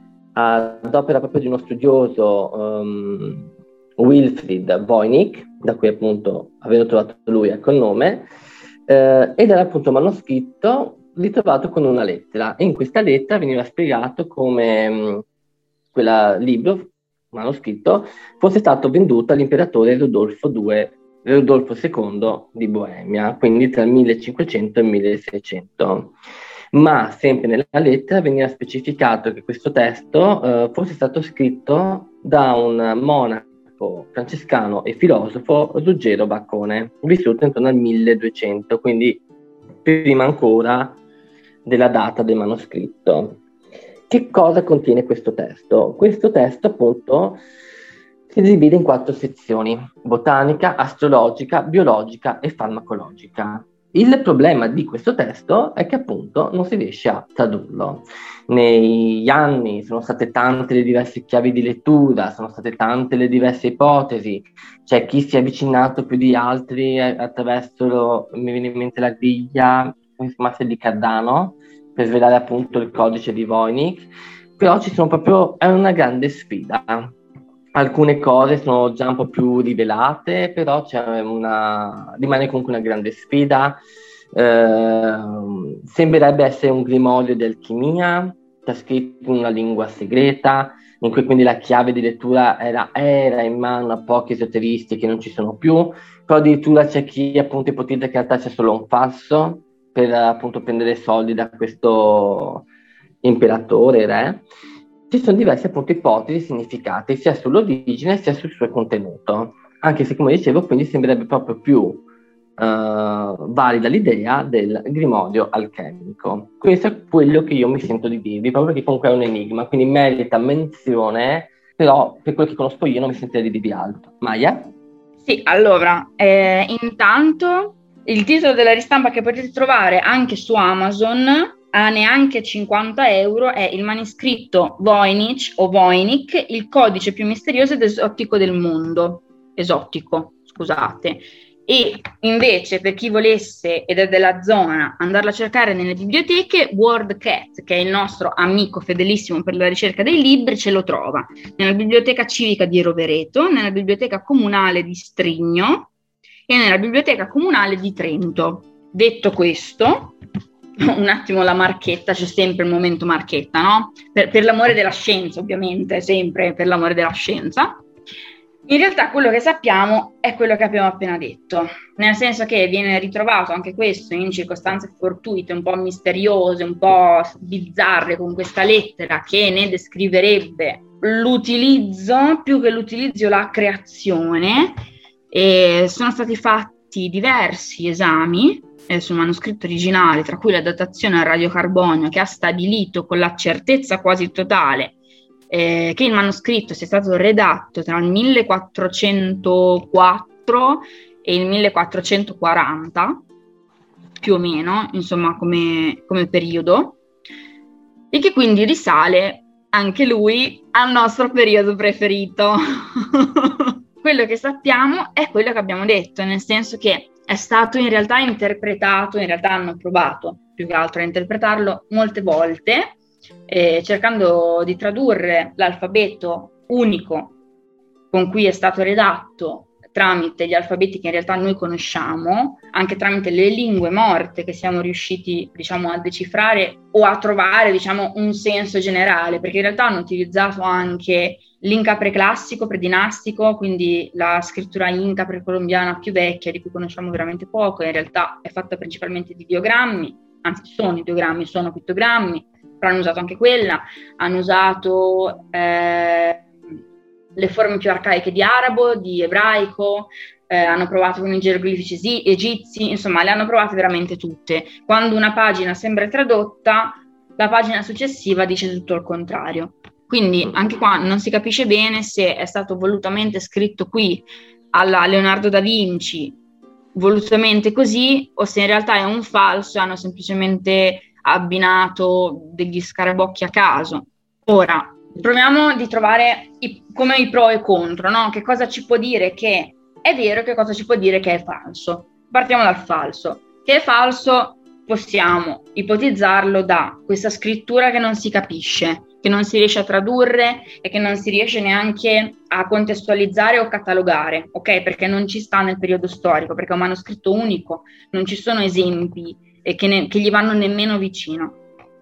ad opera proprio di uno studioso um, Wilfried Voynich, da cui appunto avendo trovato lui ecco il nome, eh, ed era appunto un manoscritto ritrovato con una lettera, e in questa lettera veniva spiegato come mh, quel libro, manoscritto, fosse stato venduto all'imperatore Rodolfo due, Rodolfo secondo di Boemia, quindi tra il millecinquecento e il milleseicento. Ma sempre nella lettera veniva specificato che questo testo eh, fosse stato scritto da un monaco francescano e filosofo, Ruggero Baccone, vissuto intorno al milleduecento, quindi prima ancora della data del manoscritto. Che cosa contiene questo testo? Questo testo appunto si divide in quattro sezioni: botanica, astrologica, biologica e farmacologica. Il problema di questo testo è che appunto non si riesce a tradurlo. Negli anni sono state tante le diverse chiavi di lettura, sono state tante le diverse ipotesi, c'è chi si è avvicinato più di altri attraverso, lo, mi viene in mente la griglia, come si chiama, di Cardano, per svelare appunto il codice di Voynich, però ci sono proprio, è una grande sfida. Alcune cose sono già un po' più rivelate, però c'è una, rimane comunque una grande sfida. Eh, sembrerebbe essere un grimorio di alchimia, c'è scritto in una lingua segreta, in cui quindi la chiave di lettura era, era in mano a pochi esoteristi che non ci sono più, però addirittura c'è chi appunto ipotizza che in realtà c'è solo un falso per appunto prendere soldi da questo imperatore, re. Ci sono diverse appunto ipotesi, significati sia sull'origine sia sul suo contenuto, anche se come dicevo quindi sembrerebbe proprio più uh, valida l'idea del grimorio alchemico. Questo è quello che io mi sento di dirvi, proprio perché comunque è un enigma, quindi merita menzione, però per quello che conosco io non mi sentirei di dirvi altro. Maya? Sì, allora, eh, intanto il titolo della ristampa che potete trovare anche su Amazon a neanche cinquanta euro è il manoscritto Voynich o Voynich, il codice più misterioso ed esotico del mondo. Esotico, scusate. E invece per chi volesse ed è della zona andarla a cercare nelle biblioteche, WordCat, che è il nostro amico fedelissimo per la ricerca dei libri, ce lo trova nella biblioteca civica di Rovereto, nella biblioteca comunale di Strigno e nella biblioteca comunale di Trento. Detto questo, un attimo la marchetta, c'è sempre il momento marchetta, no? Per, per l'amore della scienza, ovviamente, sempre per l'amore della scienza. In realtà quello che sappiamo è quello che abbiamo appena detto, nel senso che viene ritrovato anche questo in circostanze fortuite, un po' misteriose, un po' bizzarre, con questa lettera che ne descriverebbe l'utilizzo, più che l'utilizzo, la creazione. E sono stati fatti diversi esami eh, sul manoscritto originale, tra cui la datazione al radiocarbonio, che ha stabilito con la certezza quasi totale eh, che il manoscritto sia stato redatto tra il millequattrocentoquattro e il millequattrocentoquaranta, più o meno, insomma, come, come periodo, e che quindi risale anche lui al nostro periodo preferito. Quello che sappiamo è quello che abbiamo detto, nel senso che è stato in realtà interpretato, in realtà hanno provato più che altro a interpretarlo molte volte, eh, cercando di tradurre l'alfabeto unico con cui è stato redatto tramite gli alfabeti che in realtà noi conosciamo, anche tramite le lingue morte che siamo riusciti, diciamo, a decifrare o a trovare, diciamo, un senso generale, perché in realtà hanno utilizzato anche l'Inca preclassico, predinastico, quindi la scrittura Inca precolombiana più vecchia, di cui conosciamo veramente poco, in realtà è fatta principalmente di ideogrammi, anzi sono ideogrammi, sono pittogrammi, però hanno usato anche quella, hanno usato eh, le forme più arcaiche di arabo, di ebraico, eh, hanno provato con i geroglifici egizi, insomma le hanno provate veramente tutte. Quando una pagina sembra tradotta, la pagina successiva dice tutto il contrario. Quindi anche qua non si capisce bene se è stato volutamente scritto qui alla Leonardo da Vinci, volutamente così, o se in realtà è un falso e hanno semplicemente abbinato degli scarabocchi a caso. Ora, proviamo di trovare i, come i pro e i contro, no? Che cosa ci può dire che è vero e che cosa ci può dire che è falso. Partiamo dal falso. Che è falso possiamo ipotizzarlo da questa scrittura che non si capisce, che non si riesce a tradurre e che non si riesce neanche a contestualizzare o catalogare, ok? Perché non ci sta nel periodo storico, perché è un manoscritto unico, non ci sono esempi e che, ne, che gli vanno nemmeno vicino.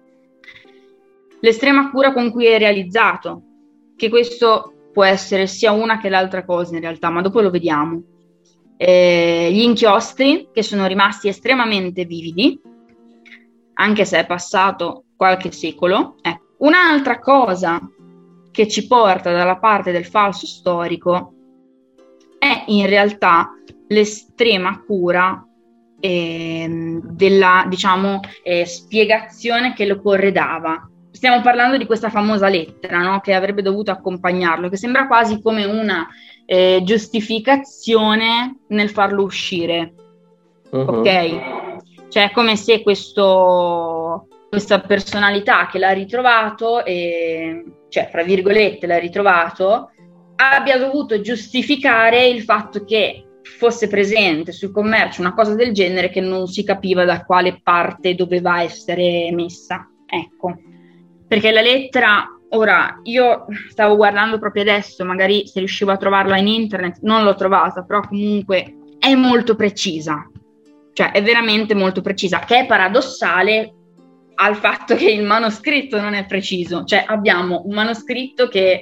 L'estrema cura con cui è realizzato, che questo può essere sia una che l'altra cosa in realtà, ma dopo lo vediamo. Eh, gli inchiostri, che sono rimasti estremamente vividi, anche se è passato qualche secolo. Eh. Un'altra cosa che ci porta dalla parte del falso storico è in realtà l'estrema cura eh, della, diciamo, eh, spiegazione che lo corredava. Stiamo parlando di questa famosa lettera, no? Che avrebbe dovuto accompagnarlo, che sembra quasi come una eh, giustificazione nel farlo uscire, uh-huh. Ok? Cioè è come se questo, questa personalità che l'ha ritrovato, e, cioè fra virgolette l'ha ritrovato, abbia dovuto giustificare il fatto che fosse presente sul commercio una cosa del genere che non si capiva da quale parte doveva essere messa. Ecco. Perché la lettera, ora, io stavo guardando proprio adesso, magari se riuscivo a trovarla in internet, non l'ho trovata, però comunque è molto precisa, cioè è veramente molto precisa, che è paradossale al fatto che il manoscritto non è preciso, cioè abbiamo un manoscritto che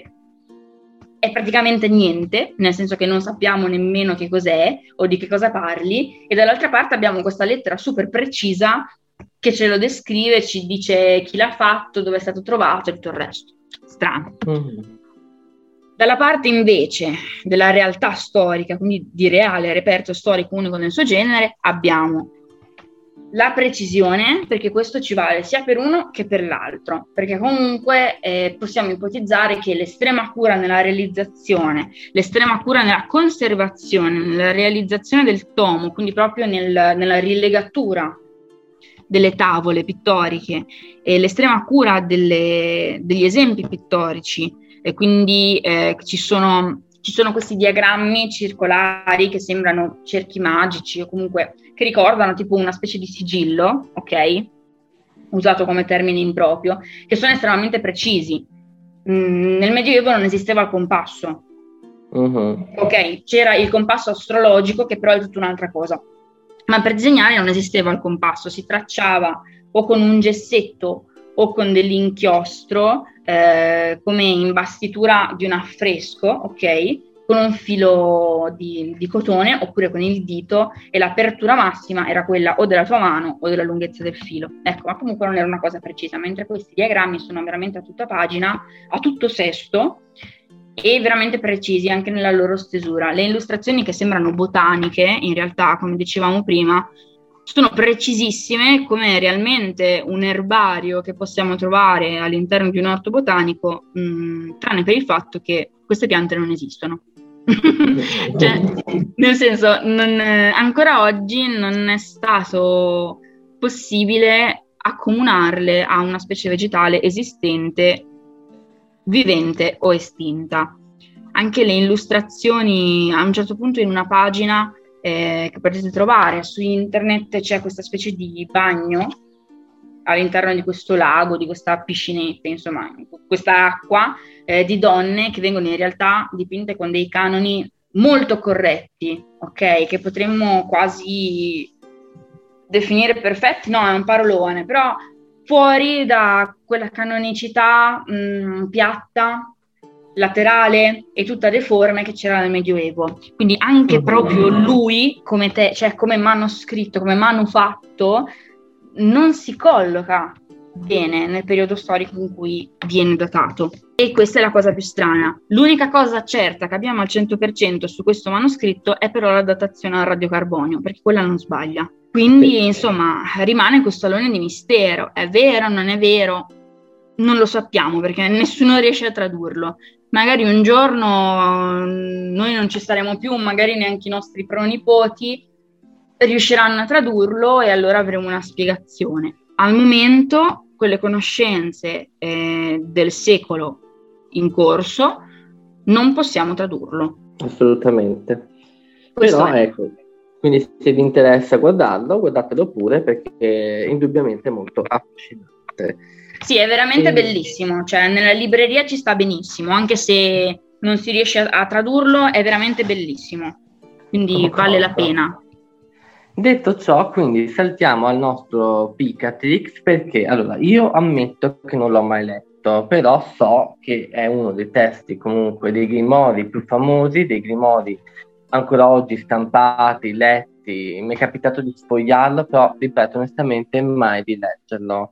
è praticamente niente, nel senso che non sappiamo nemmeno che cos'è o di che cosa parli, e dall'altra parte abbiamo questa lettera super precisa che ce lo descrive, ci dice chi l'ha fatto, dove è stato trovato e tutto il resto. Strano. Mm-hmm. Dalla parte invece della realtà storica, quindi di reale reperto storico unico nel suo genere, abbiamo la precisione, perché questo ci vale sia per uno che per l'altro, perché comunque eh, possiamo ipotizzare che l'estrema cura nella realizzazione, l'estrema cura nella conservazione, nella realizzazione del tomo, quindi proprio nel, nella rilegatura delle tavole pittoriche e l'estrema cura delle, degli esempi pittorici, e quindi eh, ci sono ci sono questi diagrammi circolari che sembrano cerchi magici o comunque che ricordano tipo una specie di sigillo, ok? Usato come termine improprio, che sono estremamente precisi. Mm, nel Medioevo non esisteva il compasso, uh-huh. Ok? C'era il compasso astrologico che però è tutta un'altra cosa. Ma per disegnare non esisteva il compasso, si tracciava o con un gessetto o con dell'inchiostro, eh, come imbastitura di un affresco, ok? Con un filo di, di cotone oppure con il dito, e l'apertura massima era quella o della tua mano o della lunghezza del filo. Ecco, ma comunque non era una cosa precisa, mentre questi diagrammi sono veramente a tutta pagina, a tutto sesto, e veramente precisi anche nella loro stesura. Le illustrazioni che sembrano botaniche, in realtà, come dicevamo prima, sono precisissime come realmente un erbario che possiamo trovare all'interno di un orto botanico, mh, tranne per il fatto che queste piante non esistono. Cioè, nel senso, non, ancora oggi non è stato possibile accomunarle a una specie vegetale esistente, vivente o estinta. Anche le illustrazioni, a un certo punto in una pagina eh, che potete trovare su internet. C'è questa specie di bagno all'interno di questo lago, di questa piscinetta, insomma, questa acqua eh, di donne che vengono in realtà dipinte con dei canoni molto corretti, ok? Che potremmo quasi definire perfetti, no, è un parolone, però fuori da quella canonicità mh, piatta, laterale e tutta deforme che c'era nel Medioevo. Quindi anche proprio lui, come te, cioè come manoscritto, come manufatto, non si colloca bene nel periodo storico in cui viene datato. E questa è la cosa più strana. L'unica cosa certa che abbiamo al cento per cento su questo manoscritto è però la datazione al radiocarbonio, perché quella non sbaglia. Quindi, insomma, rimane questo alone di mistero. È vero, non è vero? Non lo sappiamo, perché nessuno riesce a tradurlo. Magari un giorno noi non ci staremo più, magari neanche i nostri pronipoti riusciranno a tradurlo e allora avremo una spiegazione. Al momento, con le conoscenze eh, del secolo in corso, non possiamo tradurlo. Assolutamente. Questo Però è. ecco, quindi se vi interessa guardarlo, guardatelo pure, perché indubbiamente è molto affascinante. Sì, è veramente E... bellissimo, cioè nella libreria ci sta benissimo, anche se non si riesce a, a tradurlo, è veramente bellissimo, quindi vale la pena. Detto ciò, quindi saltiamo al nostro Picatrix, perché allora io ammetto che non l'ho mai letto, però so che è uno dei testi comunque dei Grimori più famosi, dei Grimori ancora oggi stampati, letti. Mi è capitato di sfogliarlo, però ripeto onestamente mai di leggerlo.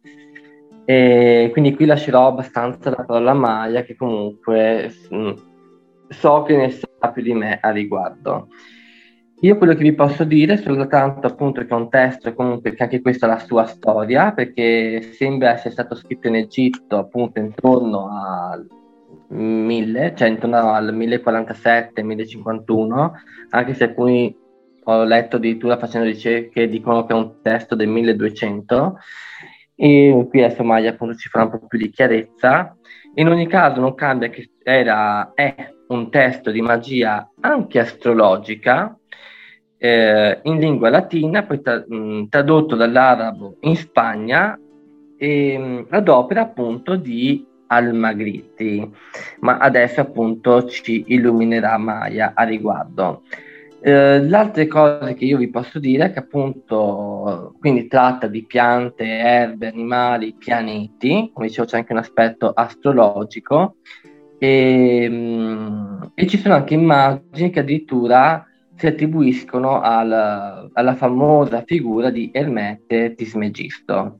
E quindi qui lascerò abbastanza la parola a Maya, che comunque mh, so che ne sa più di me a riguardo. Io quello che vi posso dire è soltanto appunto che è un testo comunque che anche questa è la sua storia, perché sembra essere stato scritto in Egitto appunto intorno al mille, cioè intorno al millequarantasette millecinquantuno, anche se alcuni ho letto addirittura facendo ricerche dicono che è un testo del milleduecento, e qui adesso Maya appunto ci farà un po' più di chiarezza. In ogni caso non cambia che era, è un testo di magia anche astrologica, eh, in lingua latina, poi tra, mh, tradotto dall'arabo in Spagna, e, mh, ad opera appunto di Almagritti, ma adesso appunto ci illuminerà Maya a riguardo. Eh, le altre cose che io vi posso dire è che appunto quindi tratta di piante, erbe, animali, pianeti, come dicevo c'è anche un aspetto astrologico, e, mh, e ci sono anche immagini che addirittura si attribuiscono al, alla famosa figura di Ermete Trismegisto.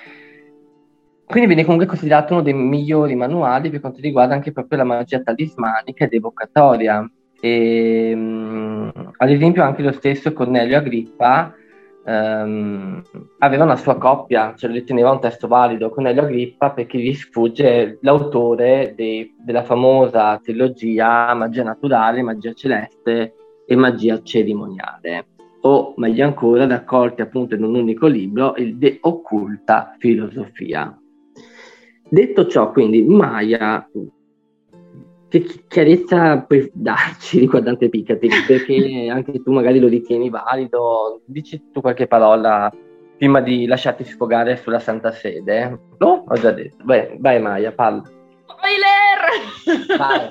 Quindi viene comunque considerato uno dei migliori manuali per quanto riguarda anche proprio la magia talismanica ed evocatoria. E, mh, ad esempio anche lo stesso Cornelio Agrippa ehm, aveva una sua coppia, cioè riteneva un testo valido Cornelio Agrippa, perché gli sfugge l'autore dei, della famosa trilogia Magia naturale, Magia celeste e Magia cerimoniale, o meglio ancora raccolti appunto in un unico libro, il De Occulta Filosofia. Detto ciò, quindi Maya, che chiarezza puoi darci riguardante Picatrix? Perché anche tu magari lo ritieni valido? Dici tu qualche parola prima di lasciarti sfogare sulla Santa Sede? No? Ho già detto. Beh, vai Maya, parla. Spoiler! Vai.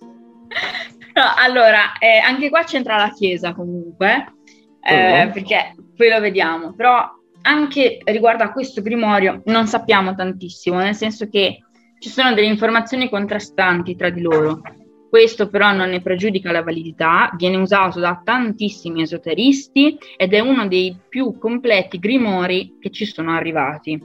No, allora, eh, anche qua c'entra la Chiesa comunque, eh, Mm. perché poi lo vediamo, però anche riguardo a questo grimorio non sappiamo tantissimo, nel senso che ci sono delle informazioni contrastanti tra di loro. Questo però non ne pregiudica la validità, viene usato da tantissimi esoteristi ed è uno dei più completi grimori che ci sono arrivati.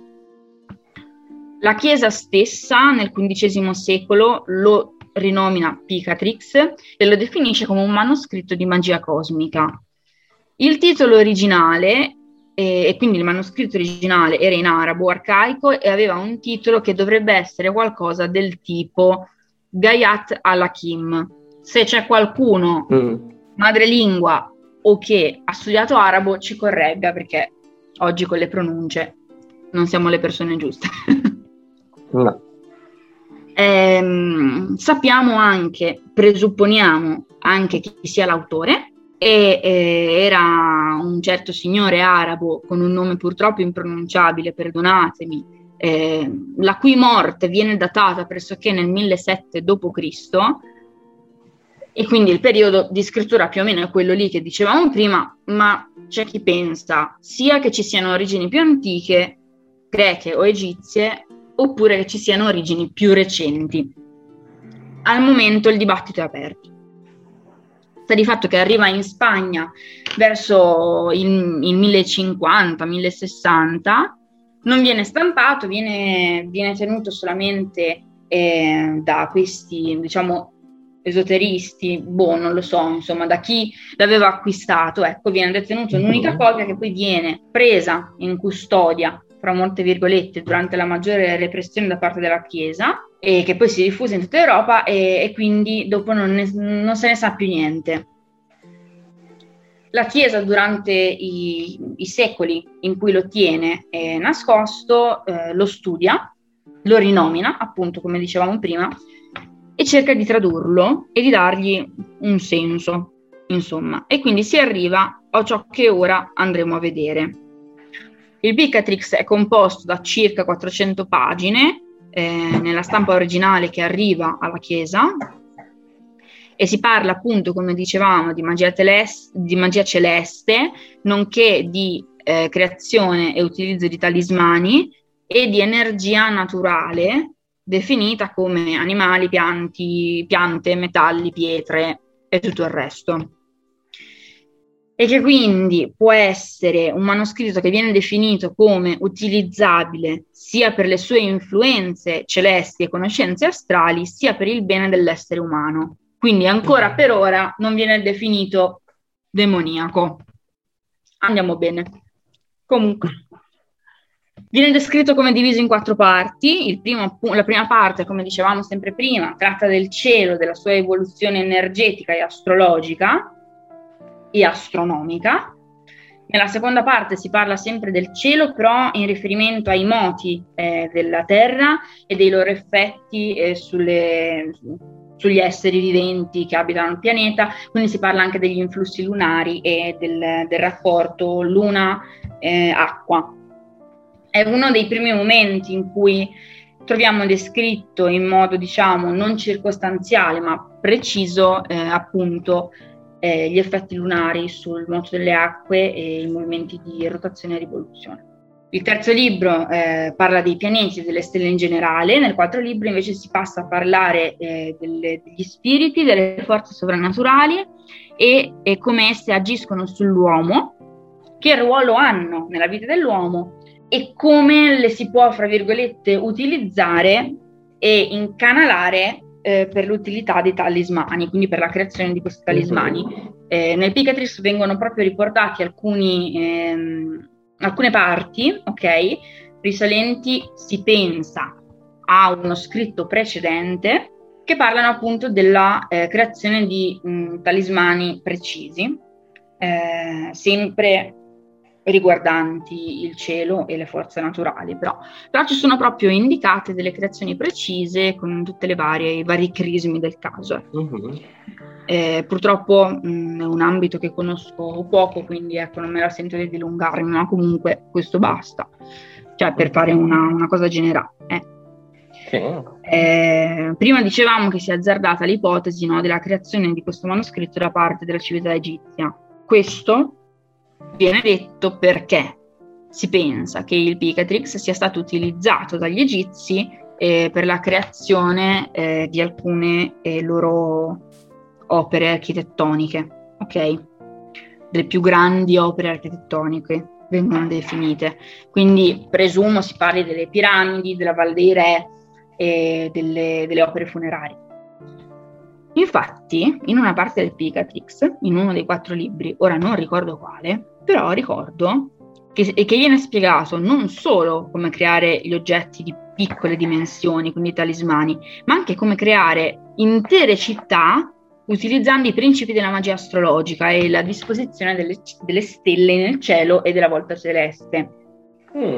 La Chiesa stessa nel quindicesimo secolo lo rinomina Picatrix e lo definisce come un manoscritto di magia cosmica. Il titolo originale, eh, e quindi il manoscritto originale, era in arabo arcaico e aveva un titolo che dovrebbe essere qualcosa del tipo Gayat al-Hakim. Se c'è qualcuno Mm. madrelingua o che ha studiato arabo ci corregga, perché oggi con le pronunce non siamo le persone giuste. No. Ehm, sappiamo anche, presupponiamo anche chi sia l'autore, e eh, era un certo signore arabo con un nome purtroppo impronunciabile, perdonatemi, eh, la cui morte viene datata pressoché nel millesettecento dopo Cristo, e quindi il periodo di scrittura più o meno è quello lì che dicevamo prima, ma c'è chi pensa sia che ci siano origini più antiche, greche o egizie, oppure che ci siano origini più recenti. Al momento il dibattito è aperto. Sta di fatto che arriva in Spagna verso il, il millecinquanta millesessanta, non viene stampato, viene, viene tenuto solamente eh, da questi, diciamo, esoteristi, boh, non lo so, insomma, da chi l'aveva acquistato, ecco, viene detenuto un'unica copia che poi viene presa in custodia, fra molte virgolette, durante la maggiore repressione da parte della Chiesa, e che poi si diffuse in tutta Europa, e, e quindi dopo non, ne, non se ne sa più niente. La Chiesa durante i, i secoli in cui lo tiene eh, nascosto, eh, lo studia, lo rinomina, appunto come dicevamo prima, e cerca di tradurlo e di dargli un senso, insomma. E quindi si arriva a ciò che ora andremo a vedere. Il Picatrix è composto da circa quattrocento pagine, eh, nella stampa originale che arriva alla Chiesa, e si parla appunto, come dicevamo, di magia, teles- di magia celeste, nonché di eh, creazione e utilizzo di talismani e di energia naturale, definita come animali, pianti, piante, metalli, pietre e tutto il resto. E che quindi può essere un manoscritto che viene definito come utilizzabile sia per le sue influenze celesti e conoscenze astrali, sia per il bene dell'essere umano. Quindi ancora per ora non viene definito demoniaco. Andiamo bene. Comunque, viene descritto come diviso in quattro parti. Il primo, la prima parte, come dicevamo sempre prima, tratta del cielo, della sua evoluzione energetica e astrologica e astronomica. Nella seconda parte si parla sempre del cielo, però in riferimento ai moti eh, della Terra e dei loro effetti eh, sulle, sugli esseri viventi che abitano il pianeta. Quindi si parla anche degli influssi lunari e del, del rapporto luna-acqua. È uno dei primi momenti in cui troviamo descritto in modo, diciamo, non circostanziale ma preciso eh, appunto eh, gli effetti lunari sul moto delle acque e i movimenti di rotazione e rivoluzione. Il terzo libro eh, parla dei pianeti e delle stelle in generale. Nel quarto libro invece si passa a parlare eh, delle, degli spiriti, delle forze sovrannaturali e, e come esse agiscono sull'uomo, che ruolo hanno nella vita dell'uomo e come le si può, fra virgolette, utilizzare e incanalare eh, per l'utilità dei talismani, quindi per la creazione di questi talismani. Eh, nel Picatrix vengono proprio riportati alcuni, ehm, alcune parti, ok, risalenti, si pensa, a uno scritto precedente, che parlano appunto della eh, creazione di mh, talismani precisi, eh, sempre riguardanti il cielo e le forze naturali, però, però ci sono proprio indicate delle creazioni precise con tutte le varie, i vari crismi del caso. Uh-huh. Eh, purtroppo mh, è un ambito che conosco poco, quindi ecco, non me la sento di dilungarmi, ma comunque questo basta, cioè per fare una, una cosa generale. Eh. Sì. Eh, prima dicevamo che si è azzardata l'ipotesi, no, della creazione di questo manoscritto da parte della civiltà egizia. Questo viene detto perché si pensa che il Picatrix sia stato utilizzato dagli egizi eh, per la creazione eh, di alcune eh, loro opere architettoniche, ok? Delle più grandi opere architettoniche vengono definite. Quindi presumo si parli delle piramidi, della Val dei Re e delle, delle opere funerarie. Infatti, in una parte del Picatrix, in uno dei quattro libri, ora non ricordo quale, però ricordo che, che viene spiegato non solo come creare gli oggetti di piccole dimensioni, quindi i talismani, ma anche come creare intere città utilizzando i principi della magia astrologica e la disposizione delle, delle stelle nel cielo e della volta celeste. Mm.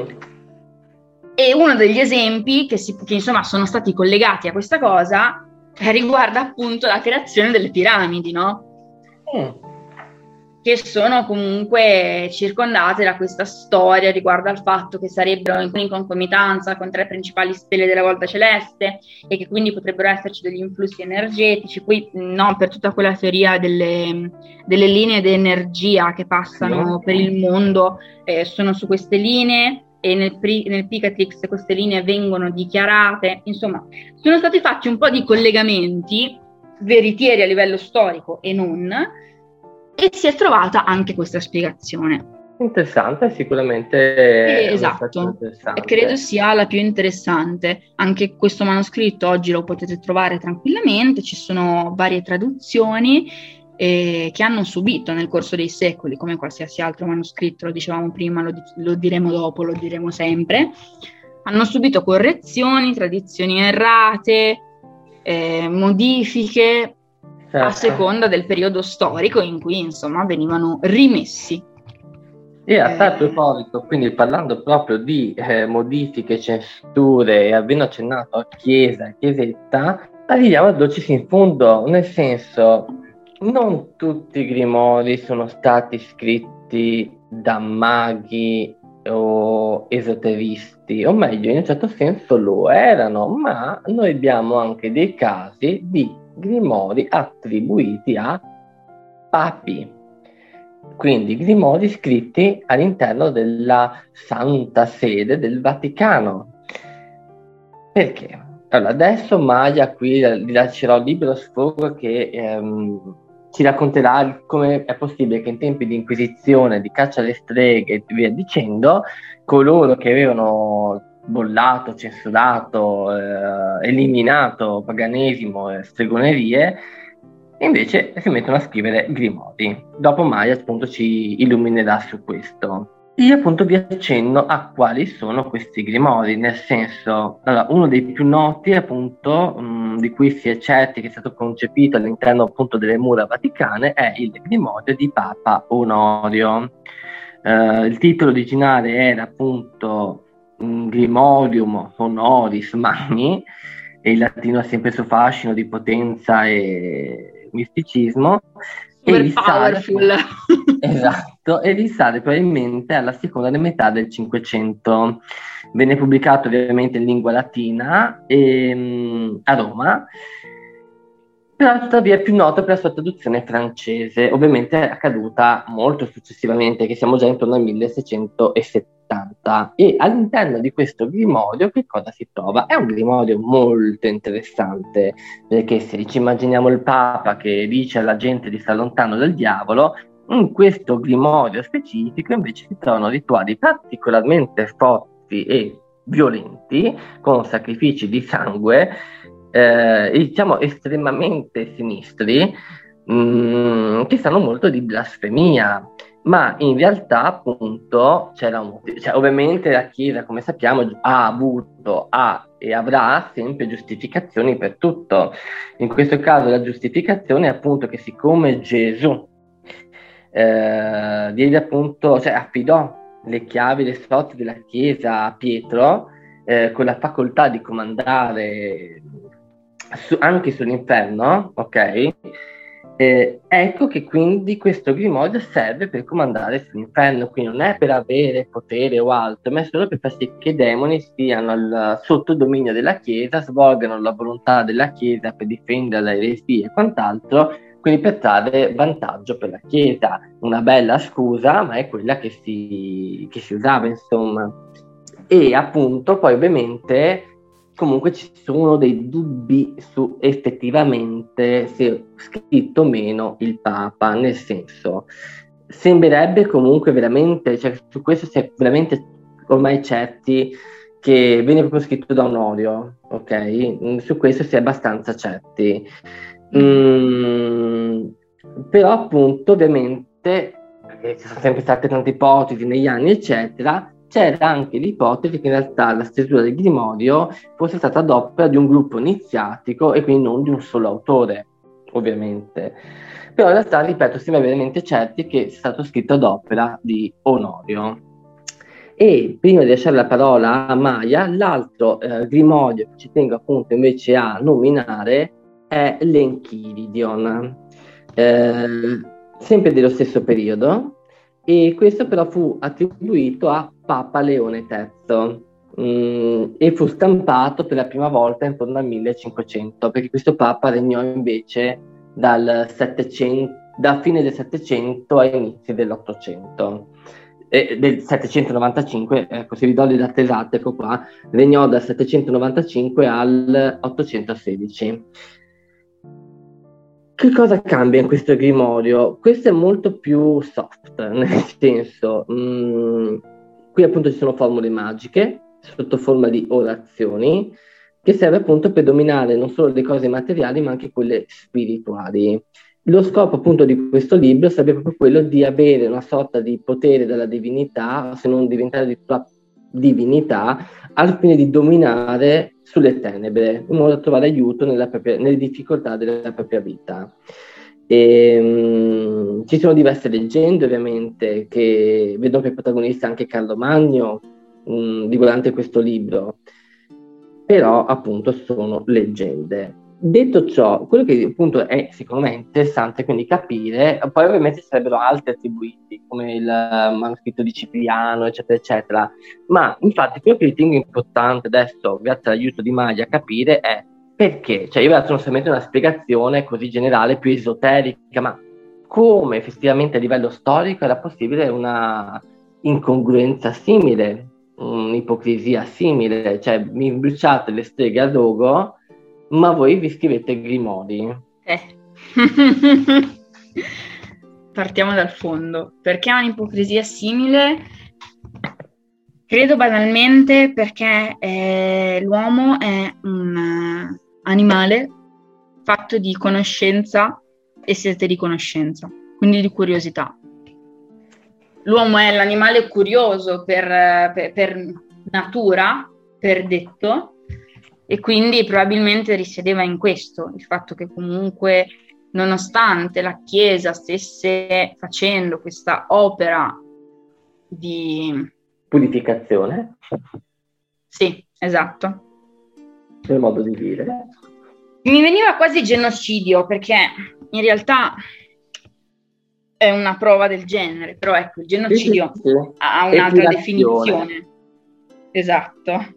E uno degli esempi che, si, che insomma sono stati collegati a questa cosa riguarda appunto la creazione delle piramidi, no? Mm. che sono comunque circondate da questa storia riguardo al fatto che sarebbero in concomitanza con tre principali stelle della volta celeste e che quindi potrebbero esserci degli influssi energetici. Poi no, per tutta quella teoria delle, delle linee di energia che passano Sì. per il mondo, eh, sono su queste linee, e nel, nel Picatrix queste linee vengono dichiarate. Insomma, sono stati fatti un po' di collegamenti veritieri a livello storico e non, e si è trovata anche questa spiegazione. Interessante, sicuramente. Eh, esatto, interessante. E credo sia la più interessante. Anche questo manoscritto oggi lo potete trovare tranquillamente, ci sono varie traduzioni eh, che hanno subito nel corso dei secoli, come qualsiasi altro manoscritto, lo dicevamo prima, lo, lo diremo dopo, lo diremo sempre, hanno subito correzioni, tradizioni errate, eh, modifiche, certo, a seconda del periodo storico in cui insomma venivano rimessi. E a tal proposito, quindi parlando proprio di eh, modifiche, censure, e avendo accennato a Chiesa e Chiesetta, arriviamo a dove ci si in fondo, nel senso, non tutti i grimori sono stati scritti da maghi o esoteristi, o meglio, in un certo senso lo erano, ma noi abbiamo anche dei casi di grimori attribuiti a papi, quindi grimori scritti all'interno della Santa Sede del Vaticano. Perché? Allora, adesso Maya qui gli lascerò libero sfogo che ehm, ci racconterà come è possibile che in tempi di inquisizione, di caccia alle streghe e via dicendo, coloro che avevano bollato, censurato, eh, eliminato paganesimo e stregonerie, invece si mettono a scrivere grimori. Dopo Maya appunto ci illuminerà su questo. Io appunto vi accenno a quali sono questi grimori, nel senso, allora, uno dei più noti appunto, mh, di cui si è certi che è stato concepito all'interno appunto delle mura vaticane, è il grimorio di Papa Onorio. Uh, il titolo originale era appunto um, Grimorium Honoris Magni, e il latino ha sempre il suo fascino di potenza e misticismo. Super e powerful. Esatto, e risale probabilmente alla seconda metà del Cinquecento. Venne pubblicato ovviamente in lingua latina e, um, a Roma, però tuttavia è più noto per la sua traduzione francese, ovviamente è accaduta molto successivamente, che siamo già intorno al milleseicentosettanta. E all'interno di questo grimorio che cosa si trova? È un grimorio molto interessante, perché se ci immaginiamo il Papa che dice alla gente di stare lontano dal diavolo, in questo grimorio specifico invece si trovano rituali particolarmente forti e violenti, con sacrifici di sangue, Eh, diciamo estremamente sinistri, mh, che sanno molto di blasfemia, ma in realtà appunto c'era un motivo, cioè, ovviamente la Chiesa, come sappiamo, ha avuto, ha e avrà sempre giustificazioni per tutto. In questo caso la giustificazione è appunto che siccome Gesù eh, diede appunto, cioè affidò le chiavi, le sorti della Chiesa a Pietro, eh, con la facoltà di comandare Su, anche sull'inferno, ok? Eh, ecco che quindi questo grimorio serve per comandare sull'inferno, quindi non è per avere potere o altro, ma è solo per far sì che i demoni stiano al, sotto il dominio della Chiesa, svolgano la volontà della Chiesa per difendere le eresie e quant'altro, quindi per trarre vantaggio per la Chiesa. Una bella scusa, ma è quella che si, che si usava, insomma. E appunto poi ovviamente comunque ci sono dei dubbi su effettivamente se è scritto o meno il Papa, nel senso, sembrerebbe comunque veramente, cioè su questo si è veramente ormai certi che viene proprio scritto da Onorio, ok? Su questo si è abbastanza certi. Mm, però appunto ovviamente, perché ci sono sempre state tante ipotesi negli anni eccetera, c'era anche l'ipotesi che in realtà la stesura del grimorio fosse stata ad opera di un gruppo iniziatico e quindi non di un solo autore, ovviamente. Però in realtà, ripeto, siamo veramente certi che sia stato scritto ad opera di Onorio. E prima di lasciare la parola a Maya, l'altro eh, grimorio che ci tengo appunto invece a nominare è l'Enchiridion. Eh, sempre dello stesso periodo, e questo però fu attribuito a Papa Leone terzo. Mm, e fu stampato per la prima volta intorno al millecinquecento, perché questo Papa regnò invece dal settecento, da fine del Settecento ai inizi dell'Ottocento, eh, del settecentonovantacinque, ecco, se vi do le date esatte, ecco qua, regnò dal settecentonovantacinque al ottocentosedici. Che cosa cambia in questo grimorio? Questo è molto più soft, nel senso, mh, qui appunto ci sono formule magiche sotto forma di orazioni, che serve appunto per dominare non solo le cose materiali ma anche quelle spirituali. Lo scopo appunto di questo libro sarebbe proprio quello di avere una sorta di potere dalla divinità, se non diventare di tua divinità, al fine di dominare sulle tenebre, in modo da trovare aiuto nella propria, nelle difficoltà della propria vita. E, um, ci sono diverse leggende ovviamente che vedono che protagonista anche Carlo Magno um, riguardante questo libro, però appunto sono leggende. Detto ciò, quello che appunto è secondo me interessante quindi capire, poi ovviamente ci sarebbero altri attribuiti come il manoscritto di Cipriano eccetera eccetera, ma infatti quello che ritengo importante adesso grazie all'aiuto di Maya capire è perché, cioè io vi ho dato solamente una spiegazione così generale, più esoterica, ma come effettivamente a livello storico era possibile una incongruenza simile, un'ipocrisia simile, cioè mi bruciate le streghe a rogo ma voi vi scrivete grimori. Eh. Partiamo dal fondo. Perché è un'ipocrisia simile? Credo banalmente perché eh, l'uomo è un uh, animale fatto di conoscenza e sete di conoscenza, quindi di curiosità. L'uomo è l'animale curioso per, per, per natura, per detto, e quindi probabilmente risiedeva in questo, il fatto che comunque nonostante la Chiesa stesse facendo questa opera di purificazione. Sì, esatto. Per modo di dire. Mi veniva quasi genocidio, perché in realtà è una prova del genere, però ecco, il genocidio sì, sì, sì. ha un'altra definizione. Esatto.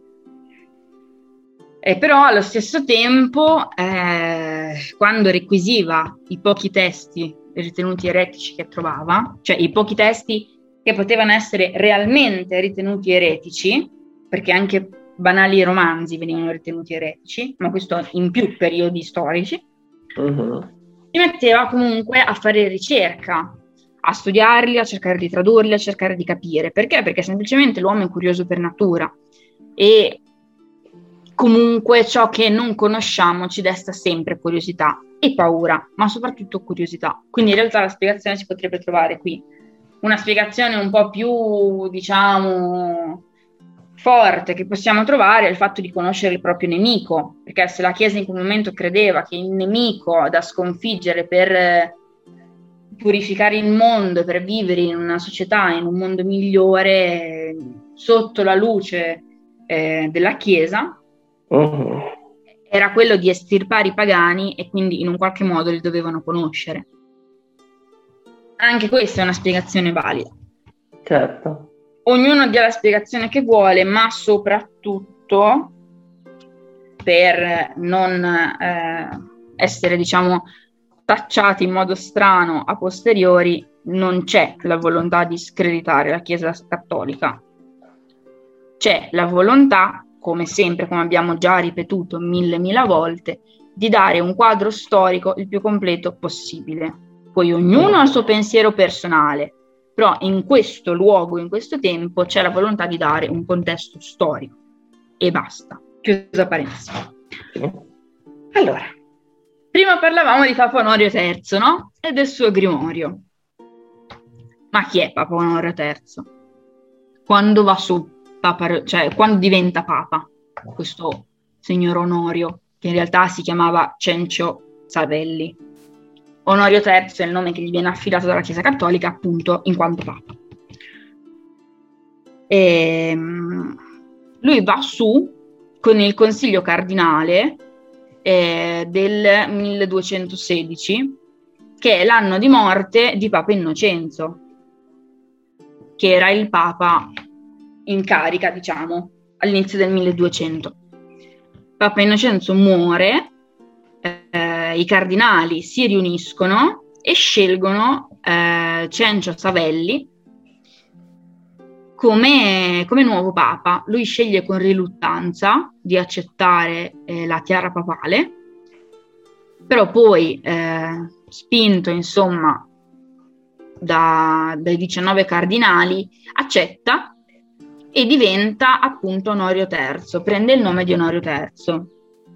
E però allo stesso tempo, eh, quando requisiva i pochi testi ritenuti eretici che trovava, cioè i pochi testi che potevano essere realmente ritenuti eretici, perché anche banali romanzi venivano ritenuti eretici, ma questo in più periodi storici, uh-huh. si metteva comunque a fare ricerca, a studiarli, a cercare di tradurli, a cercare di capire. Perché? Perché semplicemente l'uomo è curioso per natura e comunque ciò che non conosciamo ci desta sempre curiosità e paura, ma soprattutto curiosità. Quindi in realtà la spiegazione si potrebbe trovare qui. Una spiegazione un po' più, diciamo, forte che possiamo trovare è il fatto di conoscere il proprio nemico, perché se la Chiesa in quel momento credeva che il nemico da sconfiggere per purificare il mondo, per vivere in una società, in un mondo migliore, sotto la luce eh, della Chiesa, Uh-huh. era quello di estirpare i pagani e quindi in un qualche modo li dovevano conoscere. Anche questa è una spiegazione valida. Certo. Ognuno dia la spiegazione che vuole, ma soprattutto per non eh, essere, diciamo, tacciati in modo strano a posteriori, non c'è la volontà di screditare la Chiesa cattolica. C'è la volontà, come sempre, come abbiamo già ripetuto mille mila volte, di dare un quadro storico il più completo possibile. Poi ognuno ha il suo pensiero personale, però in questo luogo, in questo tempo, c'è la volontà di dare un contesto storico. E basta. Chiusa parentesi. Allora, prima parlavamo di Papa Onorio terzo, no? E del suo grimorio. Ma chi è Papa Onorio terzo? Quando va su Papa, cioè quando diventa Papa, questo signor Onorio, che in realtà si chiamava Cencio Savelli. Onorio terzo è il nome che gli viene affidato dalla Chiesa Cattolica, appunto, in quanto Papa. E, lui va su con il Consiglio Cardinale eh, del milleduecentosedici che è l'anno di morte di Papa Innocenzo, che era il Papa in carica, diciamo, all'inizio del milleduecento. Papa Innocenzo muore, eh, i cardinali si riuniscono e scelgono eh, Cencio Savelli come, come nuovo Papa. Lui sceglie con riluttanza di accettare eh, la tiara papale, però poi, eh, spinto insomma da, dai diciannove cardinali, accetta e diventa appunto Onorio terzo, prende il nome di Onorio terzo.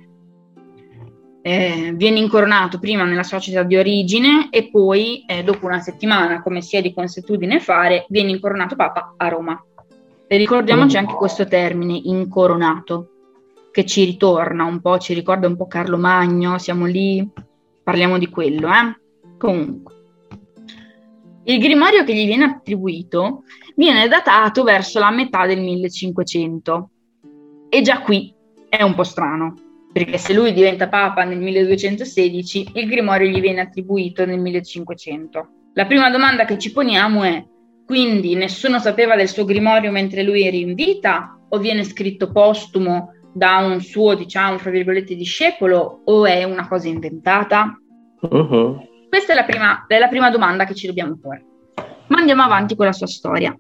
Eh, viene incoronato prima nella sua città di origine e poi, eh, dopo una settimana, come si è di consuetudine fare, viene incoronato Papa a Roma. E ricordiamoci anche questo termine, incoronato, che ci ritorna un po', ci ricorda un po' Carlo Magno, siamo lì, parliamo di quello, eh? Comunque. Il grimorio che gli viene attribuito viene datato verso la metà del millecinquecento e già qui è un po' strano, perché se lui diventa papa nel milleduecentosedici, il grimorio gli viene attribuito nel millecinquecento. La prima domanda che ci poniamo è: quindi nessuno sapeva del suo grimorio mentre lui era in vita, o viene scritto postumo da un suo, diciamo, fra virgolette, discepolo, o è una cosa inventata? Uh-huh. Questa è la prima, è la prima domanda che ci dobbiamo porre. Ma andiamo avanti con la sua storia.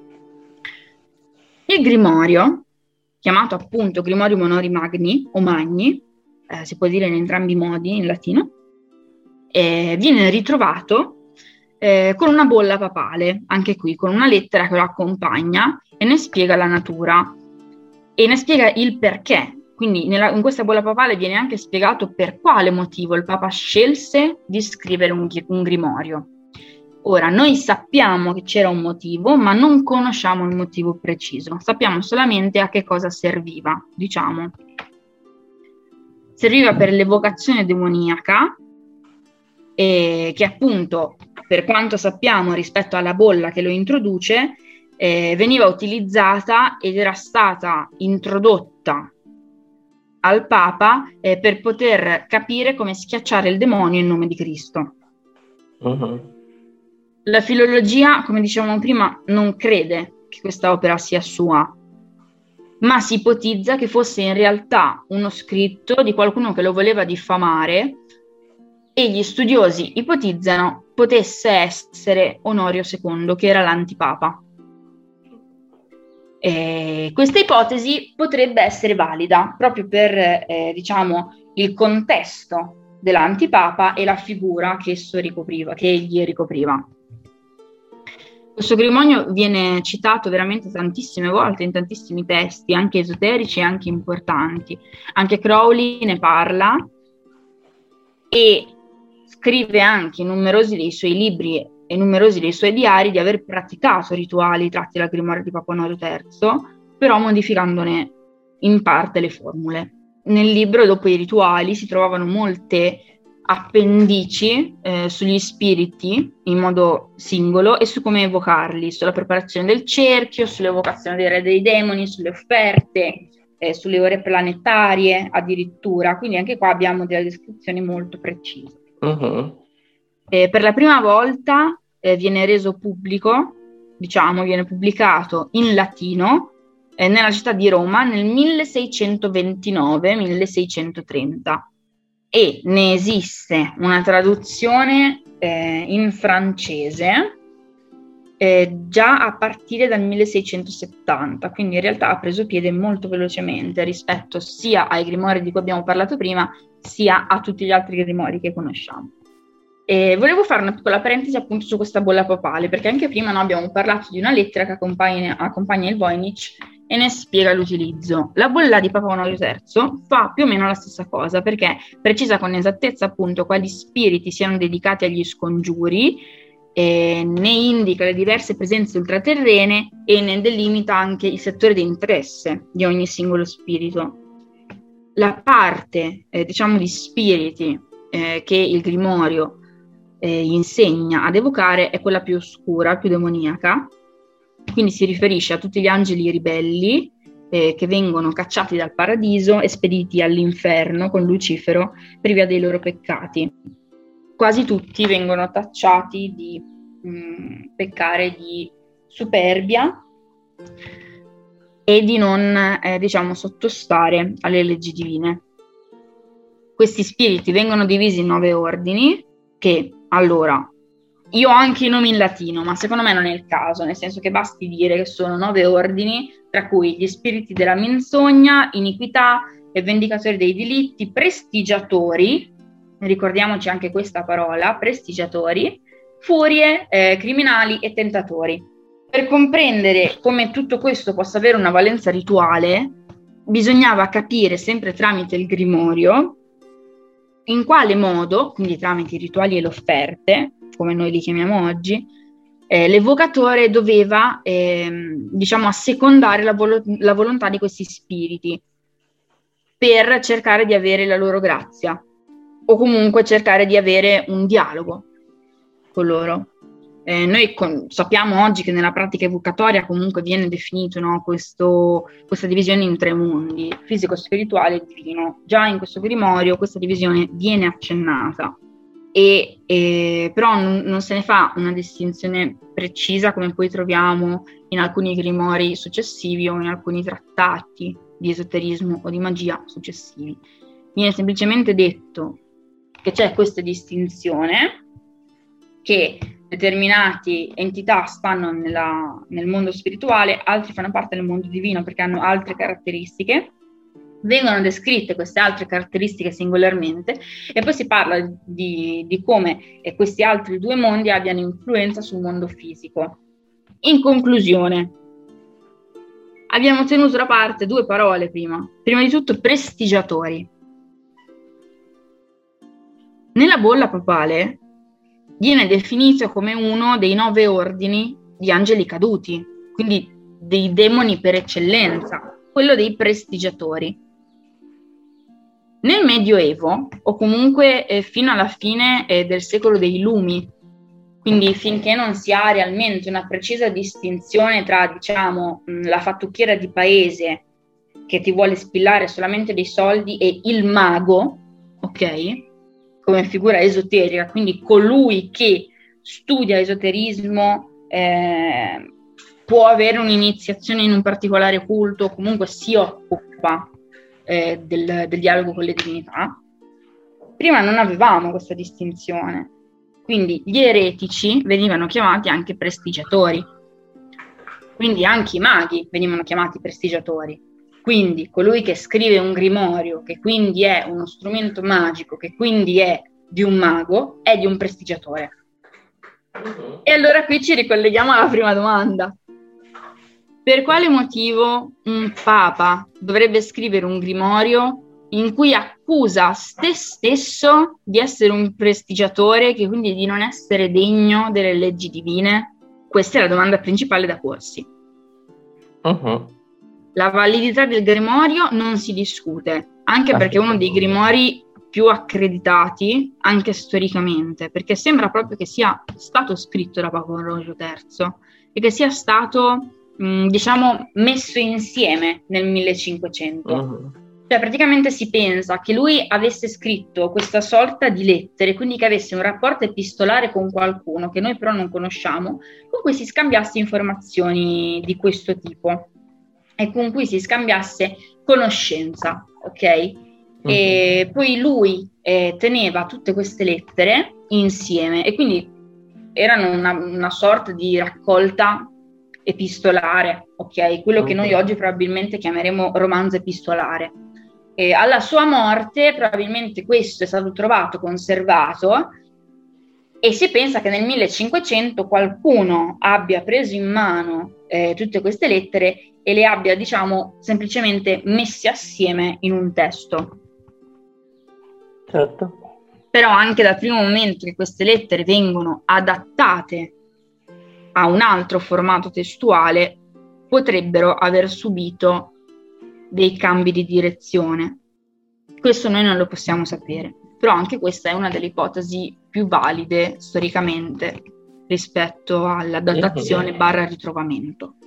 Il grimorio, chiamato appunto Grimorium Honori Magni o Magni, eh, si può dire in entrambi i modi in latino, eh, viene ritrovato eh, con una bolla papale, anche qui con una lettera che lo accompagna e ne spiega la natura e ne spiega il perché. Quindi nella, in questa bolla papale viene anche spiegato per quale motivo il Papa scelse di scrivere un, un grimorio. Ora, noi sappiamo che c'era un motivo, ma non conosciamo il motivo preciso. Sappiamo solamente a che cosa serviva, diciamo. Serviva per l'evocazione demoniaca, e che appunto, per quanto sappiamo rispetto alla bolla che lo introduce, eh, veniva utilizzata ed era stata introdotta al Papa eh, per poter capire come schiacciare il demonio in nome di Cristo. Uh-huh. La filologia, come dicevamo prima, non crede che questa opera sia sua, ma si ipotizza che fosse in realtà uno scritto di qualcuno che lo voleva diffamare, e gli studiosi ipotizzano potesse essere Onorio secondo, che era l'antipapa. Eh, questa ipotesi potrebbe essere valida proprio per eh, diciamo il contesto dell'antipapa e la figura che esso ricopriva, che egli ricopriva. Questo grimorio viene citato veramente tantissime volte in tantissimi testi, anche esoterici e anche importanti. Anche Crowley ne parla e scrive anche in numerosi dei suoi libri e numerosi dei suoi diari di aver praticato rituali tratti dal grimorio di Papa Onorio terzo, però modificandone in parte le formule. Nel libro, dopo i rituali, si trovavano molte appendici eh, sugli spiriti in modo singolo e su come evocarli, sulla preparazione del cerchio, sull'evocazione dei re dei demoni, sulle offerte, eh, sulle ore planetarie addirittura. Quindi anche qua abbiamo delle descrizioni molto precise. Uh-huh. Eh, per la prima volta eh, viene reso pubblico, diciamo, viene pubblicato in latino eh, nella città di Roma nel milleseicentoventinove milleseicentotrenta, e ne esiste una traduzione eh, in francese eh, già a partire dal milleseicentosettanta, quindi in realtà ha preso piede molto velocemente rispetto sia ai grimori di cui abbiamo parlato prima, sia a tutti gli altri grimori che conosciamo. E volevo fare una piccola parentesi appunto su questa bolla papale, perché anche prima no, abbiamo parlato di una lettera che accompagna, accompagna il Voynich e ne spiega l'utilizzo. La bolla di Papa Onorio terzo fa più o meno la stessa cosa, perché precisa con esattezza appunto quali spiriti siano dedicati agli scongiuri, e ne indica le diverse presenze ultraterrene e ne delimita anche il settore di interesse di ogni singolo spirito. La parte, eh, diciamo, di spiriti eh, che il grimorio eh, insegna ad evocare è quella più oscura, più demoniaca, quindi si riferisce a tutti gli angeli ribelli eh, che vengono cacciati dal paradiso e spediti all'inferno con Lucifero per via dei loro peccati. quasi tutti vengono tacciati di mh, peccare di superbia e di non, eh, diciamo, sottostare alle leggi divine. Questi spiriti vengono divisi in nove ordini che, allora, io ho anche i nomi in latino, ma secondo me non è il caso, nel senso che basti dire che sono nove ordini, tra cui gli spiriti della menzogna, iniquità e vendicatori dei delitti, prestigiatori, ricordiamoci anche questa parola, prestigiatori, furie, eh, criminali e tentatori. Per comprendere come tutto questo possa avere una valenza rituale, bisognava capire, sempre tramite il grimorio, in quale modo, quindi tramite i rituali e le offerte, come noi li chiamiamo oggi, eh, l'evocatore doveva, eh, diciamo, assecondare la, vol- la volontà di questi spiriti per cercare di avere la loro grazia, o comunque cercare di avere un dialogo con loro. Eh, noi con, sappiamo oggi che nella pratica evocatoria comunque viene definito, no, questo, questa divisione in tre mondi, fisico, spirituale e divino. Già in questo grimorio questa divisione viene accennata, e, e, però non, non se ne fa una distinzione precisa come poi troviamo in alcuni grimori successivi o in alcuni trattati di esoterismo o di magia successivi. Viene semplicemente detto che c'è questa distinzione, che determinate entità stanno nella, nel mondo spirituale, altri fanno parte del mondo divino perché hanno altre caratteristiche, vengono descritte queste altre caratteristiche singolarmente e poi si parla di, di come questi altri due mondi abbiano influenza sul mondo fisico. In conclusione, abbiamo tenuto da parte due parole prima. Prima di tutto, prestigiatori. Nella bolla papale viene definito come uno dei nove ordini di angeli caduti, quindi dei demoni per eccellenza, quello dei prestigiatori. Nel Medioevo, o comunque eh, fino alla fine eh, del secolo dei Lumi, quindi finché non si ha realmente una precisa distinzione tra, diciamo, la fattucchiera di paese che ti vuole spillare solamente dei soldi e il mago, ok? Come figura esoterica, quindi colui che studia esoterismo, eh, può avere un'iniziazione in un particolare culto, comunque si occupa eh, del, del dialogo con le divinità. Prima non avevamo questa distinzione, quindi gli eretici venivano chiamati anche prestigiatori, quindi anche i maghi venivano chiamati prestigiatori. Quindi colui che scrive un grimorio, che quindi è uno strumento magico, che quindi è di un mago, è di un prestigiatore. Uh-huh. E allora qui ci ricolleghiamo alla prima domanda. Per quale motivo un papa dovrebbe scrivere un grimorio in cui accusa se stesso di essere un prestigiatore, che quindi di non essere degno delle leggi divine? Questa è la domanda principale da porsi. Uh-huh. La validità del grimorio non si discute, anche perché è uno dei grimori più accreditati anche storicamente, perché sembra proprio che sia stato scritto da Papa Orologio terzo e che sia stato, mh, diciamo, messo insieme nel millecinquecento. Uh-huh. Cioè praticamente si pensa che lui avesse scritto questa sorta di lettere, quindi che avesse un rapporto epistolare con qualcuno che noi però non conosciamo, con cui si scambiasse informazioni di questo tipo e con cui si scambiasse conoscenza, ok? Uh-huh. E poi lui eh, teneva tutte queste lettere insieme e quindi erano una, una sorta di raccolta epistolare, ok? Quello uh-huh. che noi oggi probabilmente chiameremo romanzo epistolare. E alla sua morte probabilmente questo è stato trovato, conservato, e si pensa che nel millecinquecento qualcuno abbia preso in mano eh, tutte queste lettere e le abbia, diciamo, semplicemente messe assieme in un testo. Certo. Però anche dal primo momento che queste lettere vengono adattate a un altro formato testuale, potrebbero aver subito dei cambi di direzione. Questo noi non lo possiamo sapere, però anche questa è una delle ipotesi più valide storicamente rispetto alla datazione barra ritrovamento.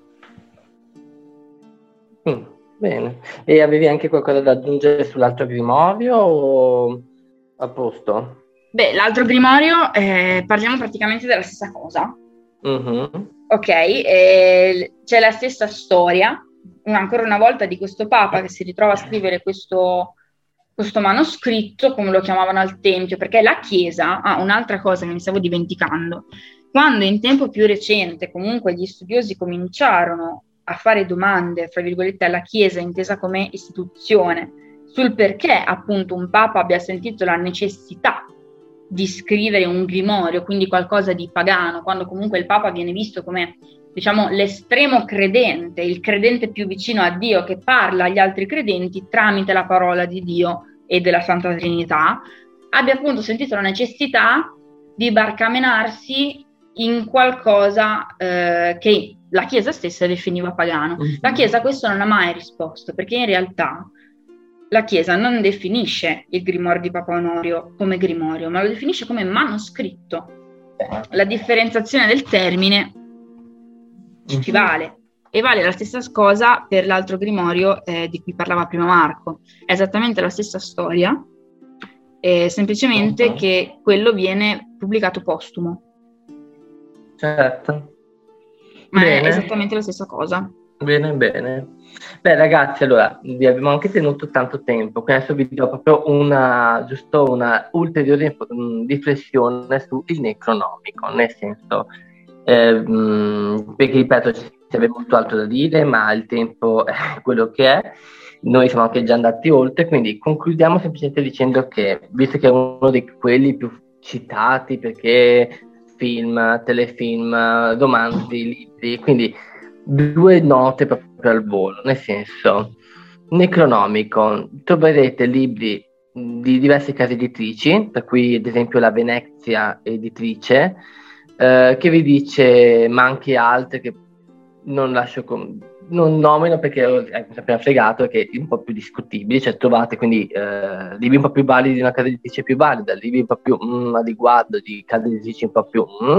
Mm, bene. E avevi anche qualcosa da aggiungere sull'altro grimorio o a posto? Beh, l'altro grimorio, eh, parliamo praticamente della stessa cosa. Mm-hmm. Ok, eh, c'è la stessa storia, una, ancora una volta, di questo papa che si ritrova a scrivere questo, questo manoscritto, come lo chiamavano al Tempio, perché la Chiesa, ah, un'altra cosa che mi stavo dimenticando, quando in tempo più recente comunque gli studiosi cominciarono a fare domande, fra virgolette, alla Chiesa intesa come istituzione, sul perché appunto un papa abbia sentito la necessità di scrivere un grimorio, quindi qualcosa di pagano, quando comunque il Papa viene visto come, diciamo, l'estremo credente, il credente più vicino a Dio che parla agli altri credenti tramite la parola di Dio e della Santa Trinità, abbia appunto sentito la necessità di barcamenarsi in qualcosa eh, che la Chiesa stessa definiva pagano. La Chiesa a questo non ha mai risposto, perché in realtà la Chiesa non definisce il grimorio di Papa Onorio come grimorio, ma lo definisce come manoscritto. La differenziazione del termine ci vale, e vale la stessa cosa per l'altro grimorio eh, di cui parlava prima Marco. È esattamente la stessa storia, eh, semplicemente uh-huh. che quello viene pubblicato postumo. Certo. Ma Bene. È esattamente la stessa cosa. Bene, bene. Beh, ragazzi, allora, vi abbiamo anche tenuto tanto tempo, quindi adesso vi do proprio una, giusto una ulteriore riflessione sul necronomico, nel senso, eh, mh, perché ripeto, ci sarebbe molto altro da dire, ma il tempo è quello che è, noi siamo anche già andati oltre, quindi concludiamo semplicemente dicendo che, visto che è uno di quelli più citati, perché film, telefilm, romanzi, libri, quindi due note proprio al volo, nel senso, necronomico, troverete libri di diverse case editrici, per cui ad esempio la Venezia editrice, eh, che vi dice, ma anche altre che non lascio com- non nomino perché eh, mi sono appena fregato, che è un po' più discutibili, cioè trovate quindi eh, libri un po' più validi di una casa editrice più valida, libri un po' più mm, a riguardo di case editrici un po' più mm.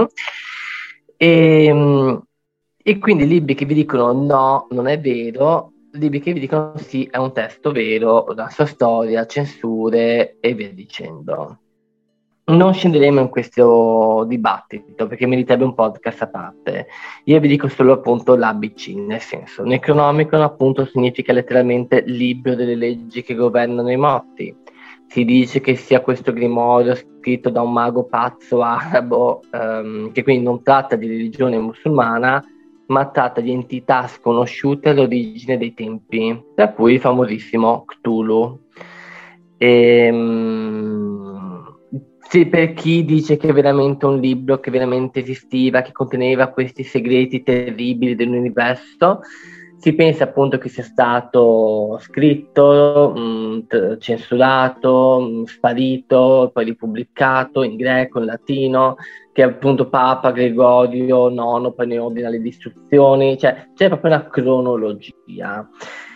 e E quindi libri che vi dicono no, non è vero, libri che vi dicono sì, è un testo vero, la sua storia, censure e via dicendo. Non scenderemo in questo dibattito perché meriterebbe un podcast a parte. Io vi dico solo appunto l'A B C, nel senso, necronomicon appunto significa letteralmente libro delle leggi che governano i morti. Si dice che sia questo grimorio scritto da un mago pazzo arabo, ehm, che quindi non tratta di religione musulmana, ma tratta di entità sconosciute all'origine dei tempi, tra cui il famosissimo Cthulhu. Ehm, sì, per chi dice che è veramente un libro che veramente esisteva, che conteneva questi segreti terribili dell'universo, si pensa appunto che sia stato scritto, mh, censurato, mh, sparito, poi ripubblicato in greco, in latino, che appunto Papa Gregorio nono poi ne ordina le distruzioni, cioè c'è proprio una cronologia.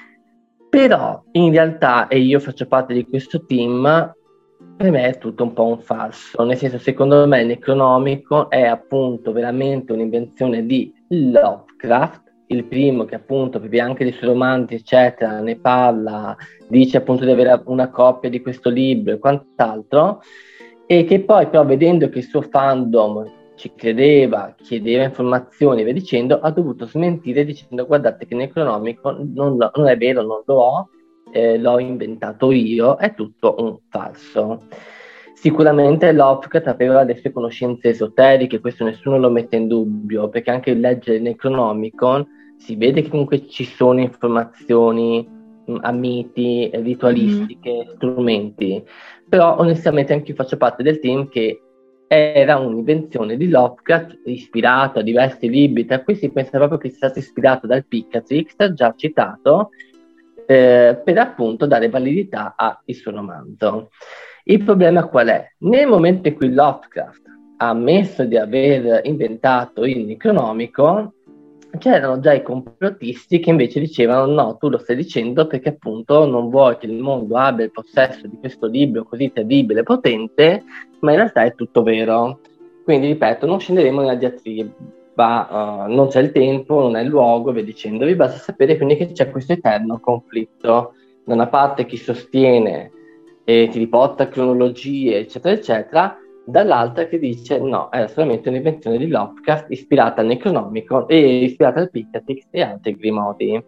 Però in realtà, e io faccio parte di questo team, per me è tutto un po' un falso, nel senso, secondo me il necronomico è appunto veramente un'invenzione di Lovecraft, il primo che appunto per anche dei suoi romanzi eccetera ne parla, dice appunto di avere una copia di questo libro e quant'altro, e che poi però vedendo che il suo fandom ci credeva, chiedeva informazioni e via dicendo, ha dovuto smentire dicendo guardate che Necronomico non, lo, non è vero, non lo ho, eh, l'ho inventato io, è tutto un falso. Sicuramente Lovecraft aveva le sue conoscenze esoteriche, questo nessuno lo mette in dubbio, perché anche leggere il Necronomicon si vede che comunque ci sono informazioni mh, a miti, ritualistiche, mm-hmm. strumenti, però onestamente anche io faccio parte del team che era un'invenzione di Lovecraft ispirato a diversi libri, tra cui si pensa proprio che sia stato ispirato dal Picatrix, già citato, eh, per appunto dare validità al suo romanzo. Il problema qual è? Nel momento in cui Lovecraft ha ammesso di aver inventato il Necronomicon, c'erano già i complottisti che invece dicevano no, tu lo stai dicendo perché appunto non vuoi che il mondo abbia il possesso di questo libro così terribile e potente, ma in realtà è tutto vero. Quindi ripeto, non scenderemo nella diatriba, uh, non c'è il tempo, non è il luogo, via dicendo, vi basta sapere quindi che c'è questo eterno conflitto. Da una parte chi sostiene e ti riporta cronologie eccetera eccetera, dall'altra che dice no, era solamente un'invenzione di Lovecraft ispirata al Necronomicon e ispirata al Picatrix e altri grimori.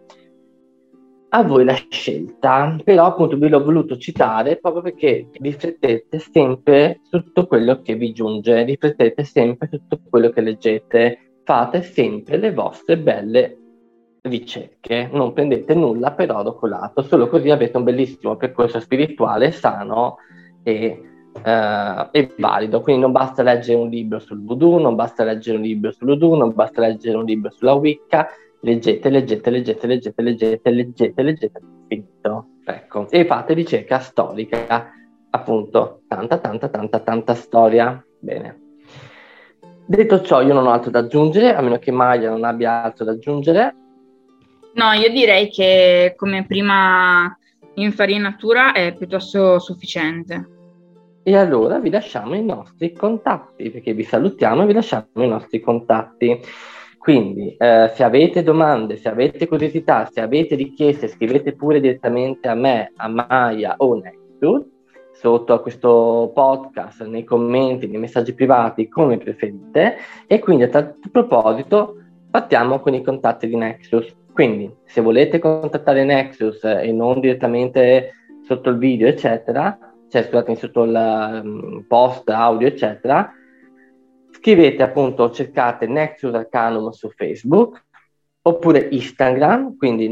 A voi la scelta, però appunto vi l'ho voluto citare proprio perché riflettete sempre su tutto quello che vi giunge, riflettete sempre su tutto quello che leggete, fate sempre le vostre belle ricerche, non prendete nulla per oro colato, solo così avete un bellissimo percorso spirituale sano e, uh, e valido. Quindi non basta leggere un libro sul voodoo, non basta leggere un libro sull'Udu, non basta leggere un libro sulla Wicca, leggete, leggete, leggete, leggete, leggete, leggete, leggete, finito. Ecco, e fate ricerca storica, appunto, tanta, tanta, tanta, tanta storia. Bene. Detto ciò, io non ho altro da aggiungere, a meno che Maya non abbia altro da aggiungere. No, io direi che come prima infarinatura è piuttosto sufficiente. E allora vi lasciamo i nostri contatti, perché vi salutiamo e vi lasciamo i nostri contatti. Quindi eh, se avete domande, se avete curiosità, se avete richieste, scrivete pure direttamente a me, a Maya o Nexus, sotto a questo podcast, nei commenti, nei messaggi privati, come preferite. E quindi a tal proposito partiamo con i contatti di Nexus. Quindi se volete contattare Nexus e non direttamente sotto il video, eccetera, cioè scusatemi, sotto il um, post, audio, eccetera, scrivete appunto, cercate Nexus Arcanum su Facebook, oppure Instagram, quindi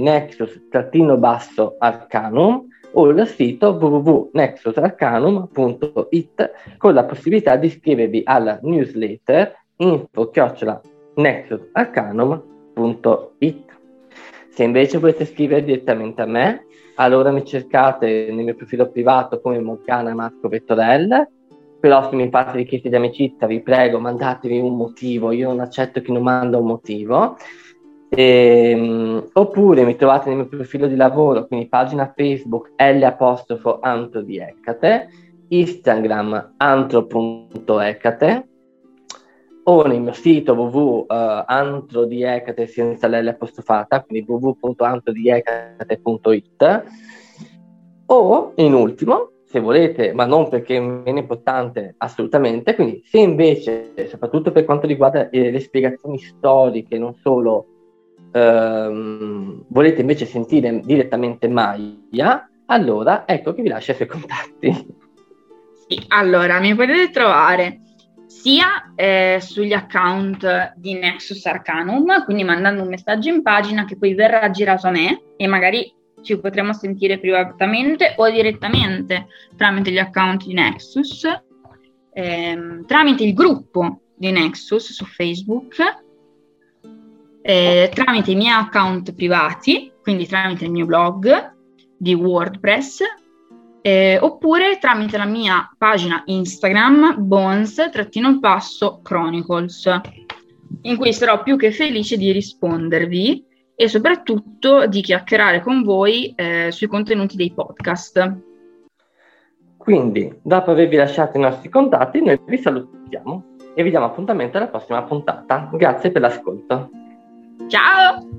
Nexus-Arcanum, o il sito w w w punto nexus arcanum punto i t con la possibilità di iscrivervi alla newsletter info chiocciola nexus arcanum punto i t. Se invece volete scrivere direttamente a me, allora mi cercate nel mio profilo privato come Moncana Marco Vettorel. Però se mi fate richieste di amicizia, vi prego, mandatevi un motivo, io non accetto chi non manda un motivo. E, oppure mi trovate nel mio profilo di lavoro, quindi pagina Facebook L apostrofo Antro di Ecate, Instagram antro punto ecate, o nel mio sito w w w punto antro di ecate senza l'L apostrofata, quindi w w w punto antro di ecate punto i t, o in ultimo, se volete, ma non perché è meno importante assolutamente, quindi se invece, soprattutto per quanto riguarda eh, le spiegazioni storiche, non solo, ehm, volete invece sentire direttamente Maya, allora ecco che vi lascio i suoi contatti. Sì, allora, mi potete trovare sia eh, sugli account di Nexus Arcanum, quindi mandando un messaggio in pagina che poi verrà girato a me e magari ci potremo sentire privatamente o direttamente tramite gli account di Nexus, ehm, tramite il gruppo di Nexus su Facebook, eh, tramite i miei account privati, quindi tramite il mio blog di WordPress, eh, oppure tramite la mia pagina Instagram Bones-Chronicles, in cui sarò più che felice di rispondervi e soprattutto di chiacchierare con voi eh, sui contenuti dei podcast. Quindi, dopo avervi lasciato i nostri contatti, noi vi salutiamo e vi diamo appuntamento alla prossima puntata. Grazie per l'ascolto. Ciao!